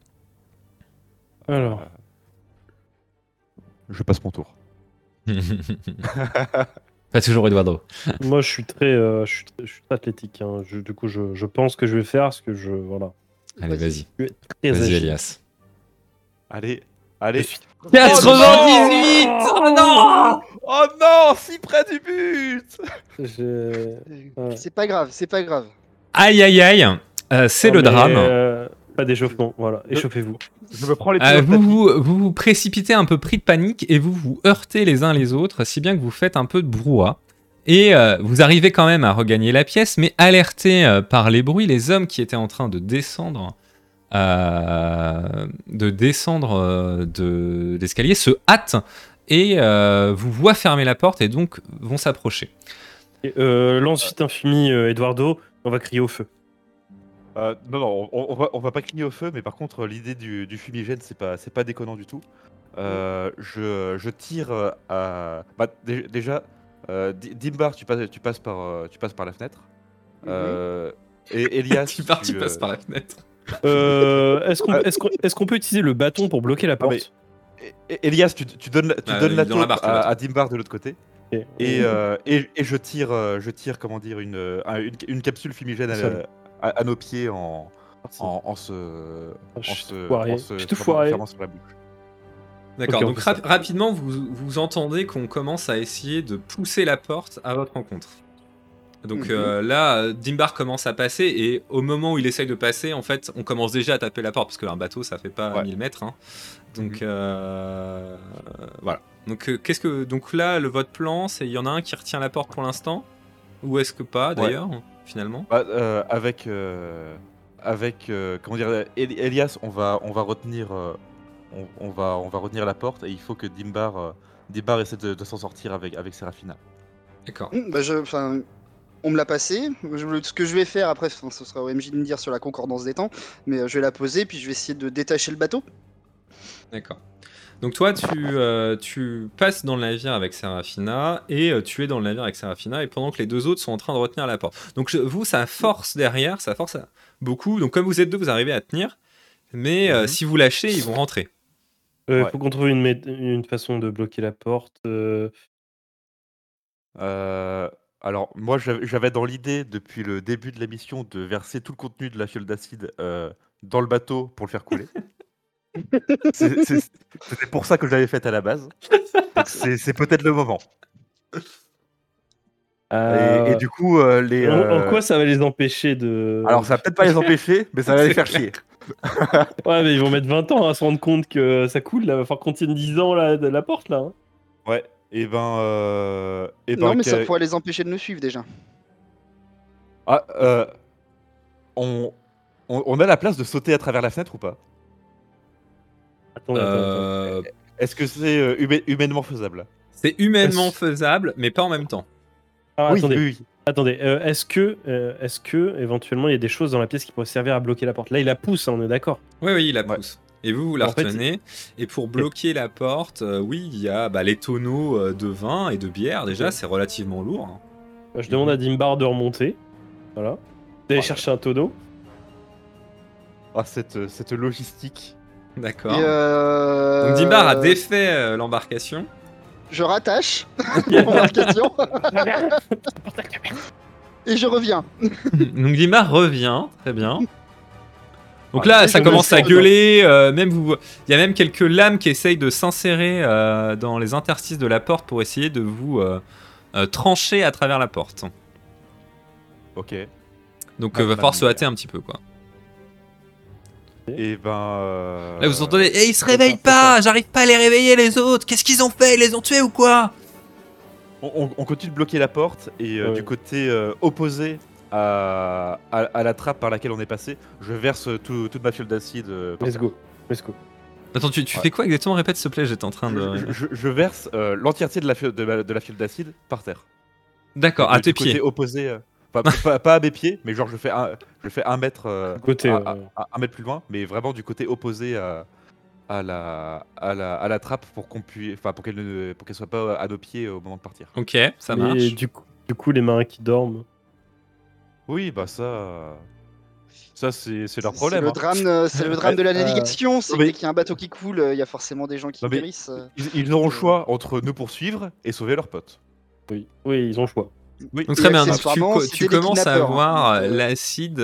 Alors, Je passe mon tour. Pas toujours Eduardo. moi je suis très athlétique. Hein. Du coup, je pense que je vais faire ce que je. Voilà. Allez, vas-y. Je suis très Vas-y, agile. Elias. Allez. 98! Oh non! Oh non, si près du but! Ouais. C'est pas grave. Aïe aïe aïe, c'est Non, le mais, drame. Pas d'échauffement, voilà. Échauffez-vous. Je me prends les pieds dans le tapis. Vous précipitez un peu pris de panique et vous vous heurtez les uns les autres, si bien que vous faites un peu de brouhaha. Et vous arrivez quand même à regagner la pièce, mais alertés par les bruits, les hommes qui étaient en train de descendre de l'escalier se hâtent et vous voient fermer la porte et donc vont s'approcher. Lance vite un fumier, Eduardo. On va crier au feu. Non, on va pas cligner au feu, mais par contre, l'idée du fumigène, c'est pas déconnant du tout. Je tire à. Déjà, Dimbar, tu passes par la fenêtre. Et Elias, tu passes par la fenêtre. Est-ce qu'on peut utiliser le bâton pour bloquer la porte? Elias, tu donnes la dans la taupe barque, la à Dimbar de l'autre côté. Ok. Et je tire, comment dire, une capsule fumigène à nos pieds en se fermant sur la bouche. D'accord, Ok, on donc fait ça. rapidement, vous entendez qu'on commence à essayer de pousser la porte à votre rencontre. Donc là, Dimbar commence à passer et au moment où il essaye de passer, en fait, on commence déjà à taper la porte parce qu'un bateau, ça fait pas 1000 mètres. Hein. Donc voilà. Donc, donc là, votre plan, c'est il y en a un qui retient la porte pour l'instant, ou est-ce que pas d'ailleurs, finalement? Bah, comment dire, Elias, on va retenir, on va retenir la porte et il faut que Dimbar essaie de s'en sortir avec Serafina. D'accord. Bah, on me l'a passé. Ce que je vais faire après, ce sera au MJ de me dire sur la concordance des temps, mais je vais la poser puis je vais essayer de détacher le bateau. D'accord. Donc toi, tu passes dans le navire avec Serafina et tu es dans le navire avec Serafina et pendant que les deux autres sont en train de retenir la porte. Donc vous, ça force derrière, ça force beaucoup. Donc comme vous êtes deux, vous arrivez à tenir, mais si vous lâchez, ils vont rentrer. Faut qu'on trouve une façon de bloquer la porte. Alors moi, j'avais dans l'idée depuis le début de la mission de verser tout le contenu de la fiole d'acide dans le bateau pour le faire couler. C'était pour ça que je l'avais faite à la base. Donc c'est peut-être le moment. Et du coup, En quoi ça va les empêcher de... Alors ça va peut-être pas les empêcher, mais ça va les faire chier. Ouais, mais ils vont mettre 20 ans à se rendre compte que ça coule, là. Va falloir qu'on tienne 10 ans là, de la porte, là. Hein. Ouais, Non, mais ça pourrait les empêcher de nous suivre déjà. Ah, on a la place de sauter à travers la fenêtre ou pas? Attends. Est-ce que c'est humainement faisable? C'est humainement faisable, mais pas en même temps. Ah, Oui, attendez. oui. Attendez, est-ce que éventuellement il y a des choses dans la pièce qui pourraient servir à bloquer la porte? Là, il la pousse, hein, on est d'accord. Oui, il la pousse. Et vous la En fait, retenez. Et pour bloquer la porte, oui, il y a les tonneaux de vin et de bière. Déjà, c'est relativement lourd. Hein. Je demande à Dimbar de remonter. Voilà. D'aller chercher un tonneau. Ah, cette logistique. D'accord. Et Donc Dimbar a défait l'embarcation. Je rattache l'embarcation. Et je reviens. Donc Dimbar revient, très bien. Donc Ah, là, ça je commence me à sens gueuler. Il y a même quelques lames qui essayent de s'insérer dans les interstices de la porte pour essayer de vous trancher à travers la porte. Ok. Donc va falloir se hâter un petit peu, quoi. Et Là, vous entendez, et ils se réveillent pas, j'arrive pas à les réveiller les autres. Qu'est-ce qu'ils ont fait? Ils les ont tués ou quoi? on continue de bloquer la porte et du côté opposé à la trappe par laquelle on est passé, je verse toute ma fiole d'acide. Let's go. Attends, tu fais quoi exactement? Répète s'il te plaît, j'étais en train de... Je verse l'entièreté de la fiole d'acide par terre. D'accord, à tes pieds. Du côté opposé. Pas à mes pieds, mais genre je fais un mètre, Côté, un mètre plus loin, mais vraiment du côté opposé à la trappe pour qu'elle soit pas à nos pieds au moment de partir. Ok, ça marche. Et du coup, les marins qui dorment. Oui, bah ça c'est leur problème. C'est le drame de la navigation. C'est mais- dès qu'il y a un bateau qui coule, il y a forcément des gens qui Non, mais- périssent. Ils auront le choix entre nous poursuivre et sauver leurs potes. Oui, ils ont le choix. Oui. Donc très bien, donc accessoirement, tu c'était des commences à kidnappeurs, voir hein, donc, l'acide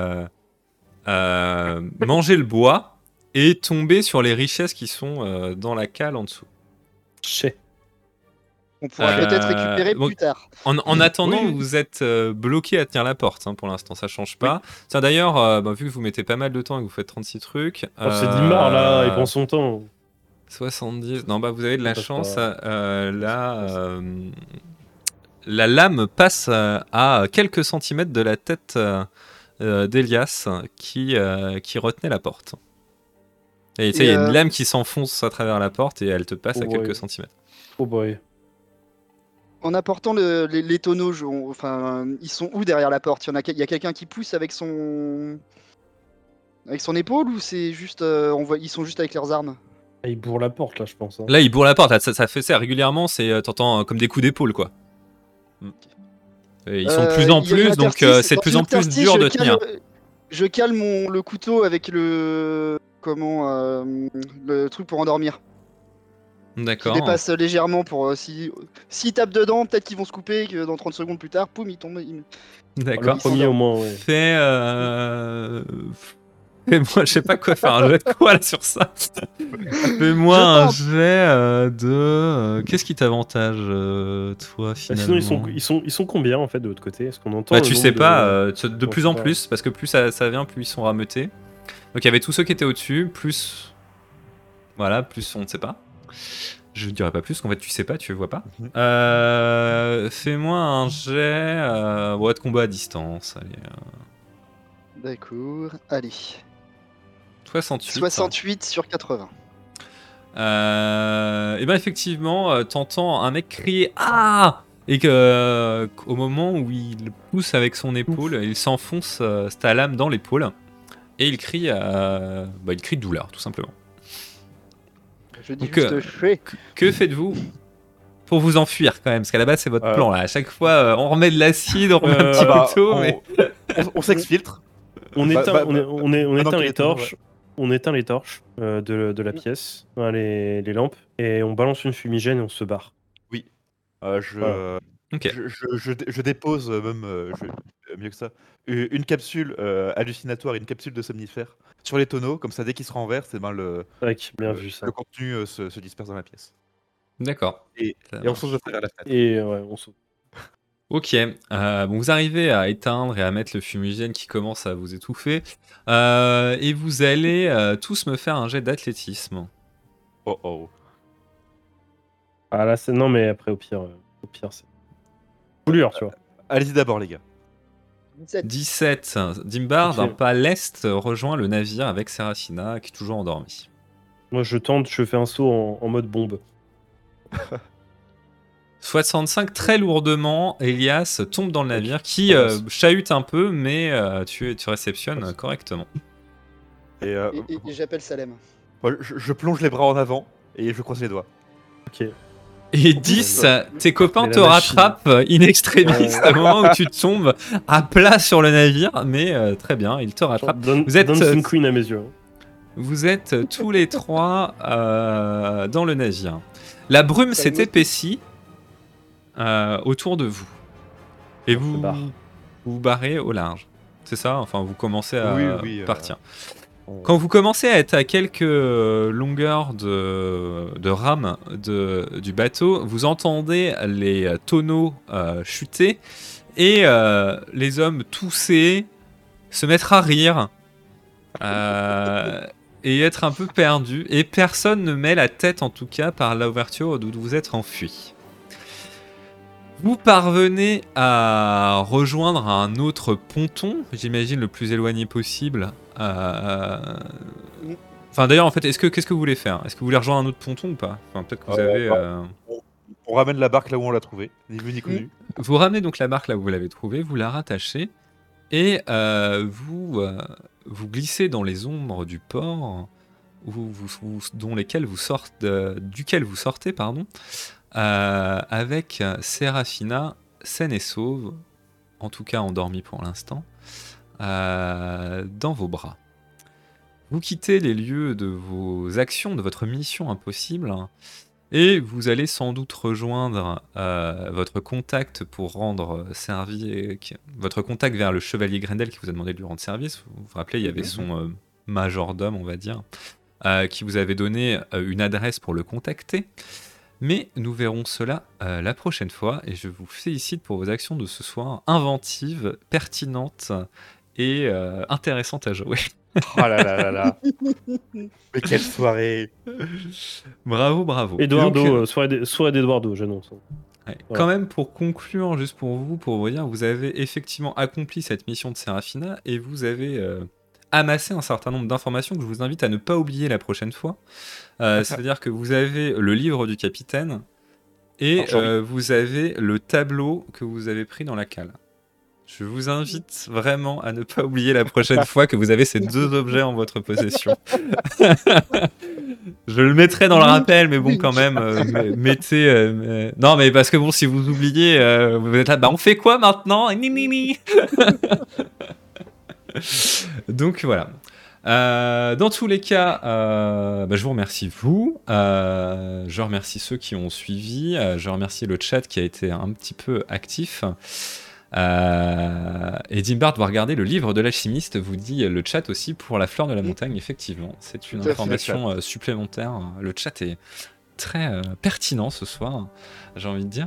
manger le bois et tomber sur les richesses qui sont dans la cale en dessous. Chais. On pourra peut-être récupérer bon, plus tard. En attendant, Oui. vous êtes bloqué à tenir la porte pour l'instant, ça change pas. Tiens d'ailleurs, vu que vous mettez pas mal de temps et que vous faites 36 trucs... C'est Dimbar là, il prend son temps. 70... Non, vous avez de la Ça passe chance. pas. La lame passe à quelques centimètres de la tête d'Elias qui retenait la porte. Et tu sais, il y a une lame qui s'enfonce à travers la porte et elle te passe à quelques centimètres. Oh boy. En apportant les tonneaux, ils sont où derrière la porte? Il y a quelqu'un qui pousse avec son épaule ou c'est juste ils sont juste avec leurs armes? Ils bourrent la porte là, je pense. Hein. Là, il bourre la porte, ça fait ça régulièrement, t'entends comme des coups d'épaule quoi. Et ils sont de plus en plus, donc c'est de plus en plus dur de tenir. Je cale le couteau avec le truc pour endormir. D'accord. Qui dépasse légèrement pour s'ils tapent dedans, peut-être qu'ils vont se couper, que dans 30 secondes plus tard, poum, ils tombent. D'accord. Le premier au moins, ouais. Fais-moi, je sais pas quoi faire un jet de quoi là sur ça. Fais-moi un jet de. Qu'est-ce qui t'avantage, toi, finalement? Sinon, ils sont combien en fait de l'autre côté? Est-ce qu'on entend Bah, le tu nombre sais pas, de Non, plus je en sais pas. plus, parce que plus ça vient, plus ils sont rameutés. Donc il y avait tous ceux qui étaient au-dessus, plus. Voilà, plus on ne sait pas. Je ne dirai pas plus, qu'en fait, tu sais pas, tu vois pas. Mhm. Fais-moi un jet de combat à distance. Allez, D'accord. Allez. 68. 68 sur 80. Et ben effectivement, t'entends un mec crier "Ah!" et que au moment où il pousse avec son épaule, il s'enfonce sa lame dans l'épaule et il crie de douleur, tout simplement. Je dis Donc, juste fait. Que faites-vous pour vous enfuir quand même? Parce qu'à la base, c'est votre plan là. À chaque fois, on remet de l'acide, on remet un petit couteau, mais. On s'exfiltre. On Bah, éteint, bah, on bah, éteint dans les les tonneaux, torches. On éteint les torches de la pièce, les lampes, et on balance une fumigène et on se barre. Oui. Voilà. Ok. Je dépose même mieux que ça une capsule hallucinatoire et une capsule de somnifère sur les tonneaux, comme ça dès qu'ils se renversent, et ben Tac, bien vu ça. le contenu se disperse dans la pièce. D'accord. Et Ça on saute de travers la fenêtre. Et ouais, on saute. Ok, bon, vous arrivez à éteindre et à mettre le fumigène qui commence à vous étouffer, et vous allez tous me faire un jet d'athlétisme. Oh oh. Ah là, c'est non, mais après au pire, c'est coulure, tu vois. Allez-y d'abord, les gars. 17. 17. Dimbar, Ok. d'un pas lest, rejoint le navire avec Serafina, qui est toujours endormie. Moi, je fais un saut en mode bombe. 65, très lourdement, Elias tombe dans le navire, qui Ça passe. chahute un peu, mais tu réceptionnes correctement. Et Et j'appelle Salem. moi, je plonge les bras en avant et je croise les doigts. Ok. Et 10, tes copains Mais te la machine. rattrapent in extremis Ouais. au moment où tu tombes à plat sur le navire, mais très bien, ils te rattrapent. Vous êtes, Dancing Queen à mes yeux. Vous êtes tous les trois dans le navire. La brume Ça s'est émoustille. épaissie autour de vous. Et On se vous barre. vous barrez au large. C'est ça? Enfin, vous commencez à Oui, partir. Quand vous commencez à être à quelques longueurs de rame du bateau, vous entendez les tonneaux chuter et les hommes tousser, se mettre à rire et être un peu perdus. Et personne ne met la tête, en tout cas, par l'ouverture d'où vous êtes enfui. Vous parvenez à rejoindre un autre ponton, j'imagine le plus éloigné possible. Enfin, d'ailleurs, en fait, qu'est-ce que vous voulez faire? Est-ce que vous voulez rejoindre un autre ponton ou pas? Enfin, peut-être que vous avez. On ramène la barque là où on l'a trouvée, ni vu ni connu. Vous ramenez donc la barque là où vous l'avez trouvée, vous la rattachez et vous glissez dans les ombres du port duquel vous sortez, pardon. Avec Serafina saine et sauve, en tout cas endormie pour l'instant, dans vos bras. Vous quittez les lieux de vos actions, de votre mission impossible, et vous allez sans doute rejoindre votre contact pour rendre votre contact vers le chevalier Grendel qui vous a demandé de lui rendre service. Vous vous rappelez, il y avait son majordome, on va dire, qui vous avait donné une adresse pour le contacter. Mais nous verrons cela la prochaine fois, et je vous félicite pour vos actions de ce soir, inventives, pertinentes et intéressantes à jouer. Oh là là là là. Mais quelle soirée. Bravo, bravo. Eduardo, Donc, soirée d'Eduardo, j'annonce. ouais, Voilà. quand même, pour conclure, juste pour vous dire, vous avez effectivement accompli cette mission de Serafina, et vous avez amassé un certain nombre d'informations que je vous invite à ne pas oublier la prochaine fois. C'est-à-dire que vous avez le livre du capitaine et vous avez le tableau que vous avez pris dans la cale. Je vous invite vraiment à ne pas oublier la prochaine fois que vous avez ces deux objets en votre possession. Je le mettrai dans le rappel, mais bon, quand même, mettez... Non, mais parce que bon, si vous oubliez, vous êtes là, bah on fait quoi maintenant? Ni, ni, ni. Donc voilà. Dans tous les cas, je vous remercie vous, je remercie ceux qui ont suivi, je remercie le chat qui a été un petit peu actif. Et Dimbard doit regarder le livre de l'alchimiste, vous dit le chat aussi pour la fleur de la montagne, effectivement. C'est une information supplémentaire. Le chat est très pertinent ce soir, j'ai envie de dire.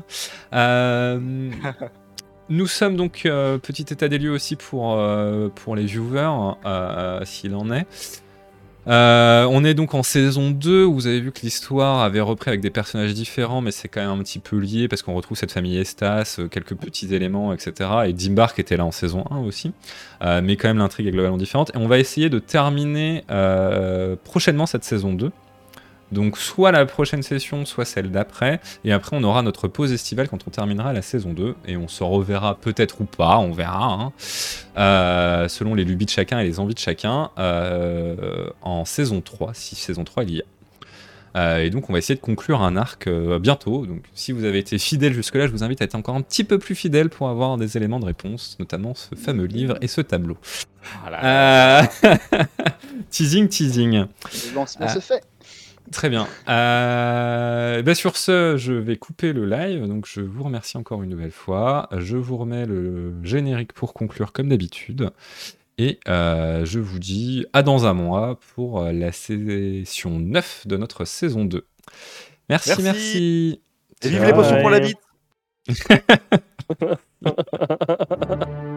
Nous sommes donc, petit état des lieux aussi pour les viewers, s'il en est. On est donc en saison 2, où vous avez vu que l'histoire avait repris avec des personnages différents, mais c'est quand même un petit peu lié, parce qu'on retrouve cette famille Estas, quelques petits éléments, etc. Et Dimbark était là en saison 1 aussi. Mais quand même, l'intrigue est globalement différente. Et on va essayer de terminer prochainement cette saison 2. Donc soit la prochaine session, soit celle d'après. Et après, on aura notre pause estivale quand on terminera la saison 2. Et on se reverra peut-être ou pas, on verra, hein, selon les lubies de chacun et les envies de chacun, en saison 3, si saison 3 il y a. Et donc on va essayer de conclure un arc bientôt. Donc si vous avez été fidèle jusque-là, je vous invite à être encore un petit peu plus fidèle pour avoir des éléments de réponse, notamment ce fameux livre et ce tableau. Teasing. Le lancement se fait. Très bien. Sur ce, je vais couper le live. Donc, je vous remercie encore une nouvelle fois. Je vous remets le générique pour conclure comme d'habitude. Et je vous dis à dans un mois pour la session 9 de notre saison 2. Merci. Et vive les potions pour la bite.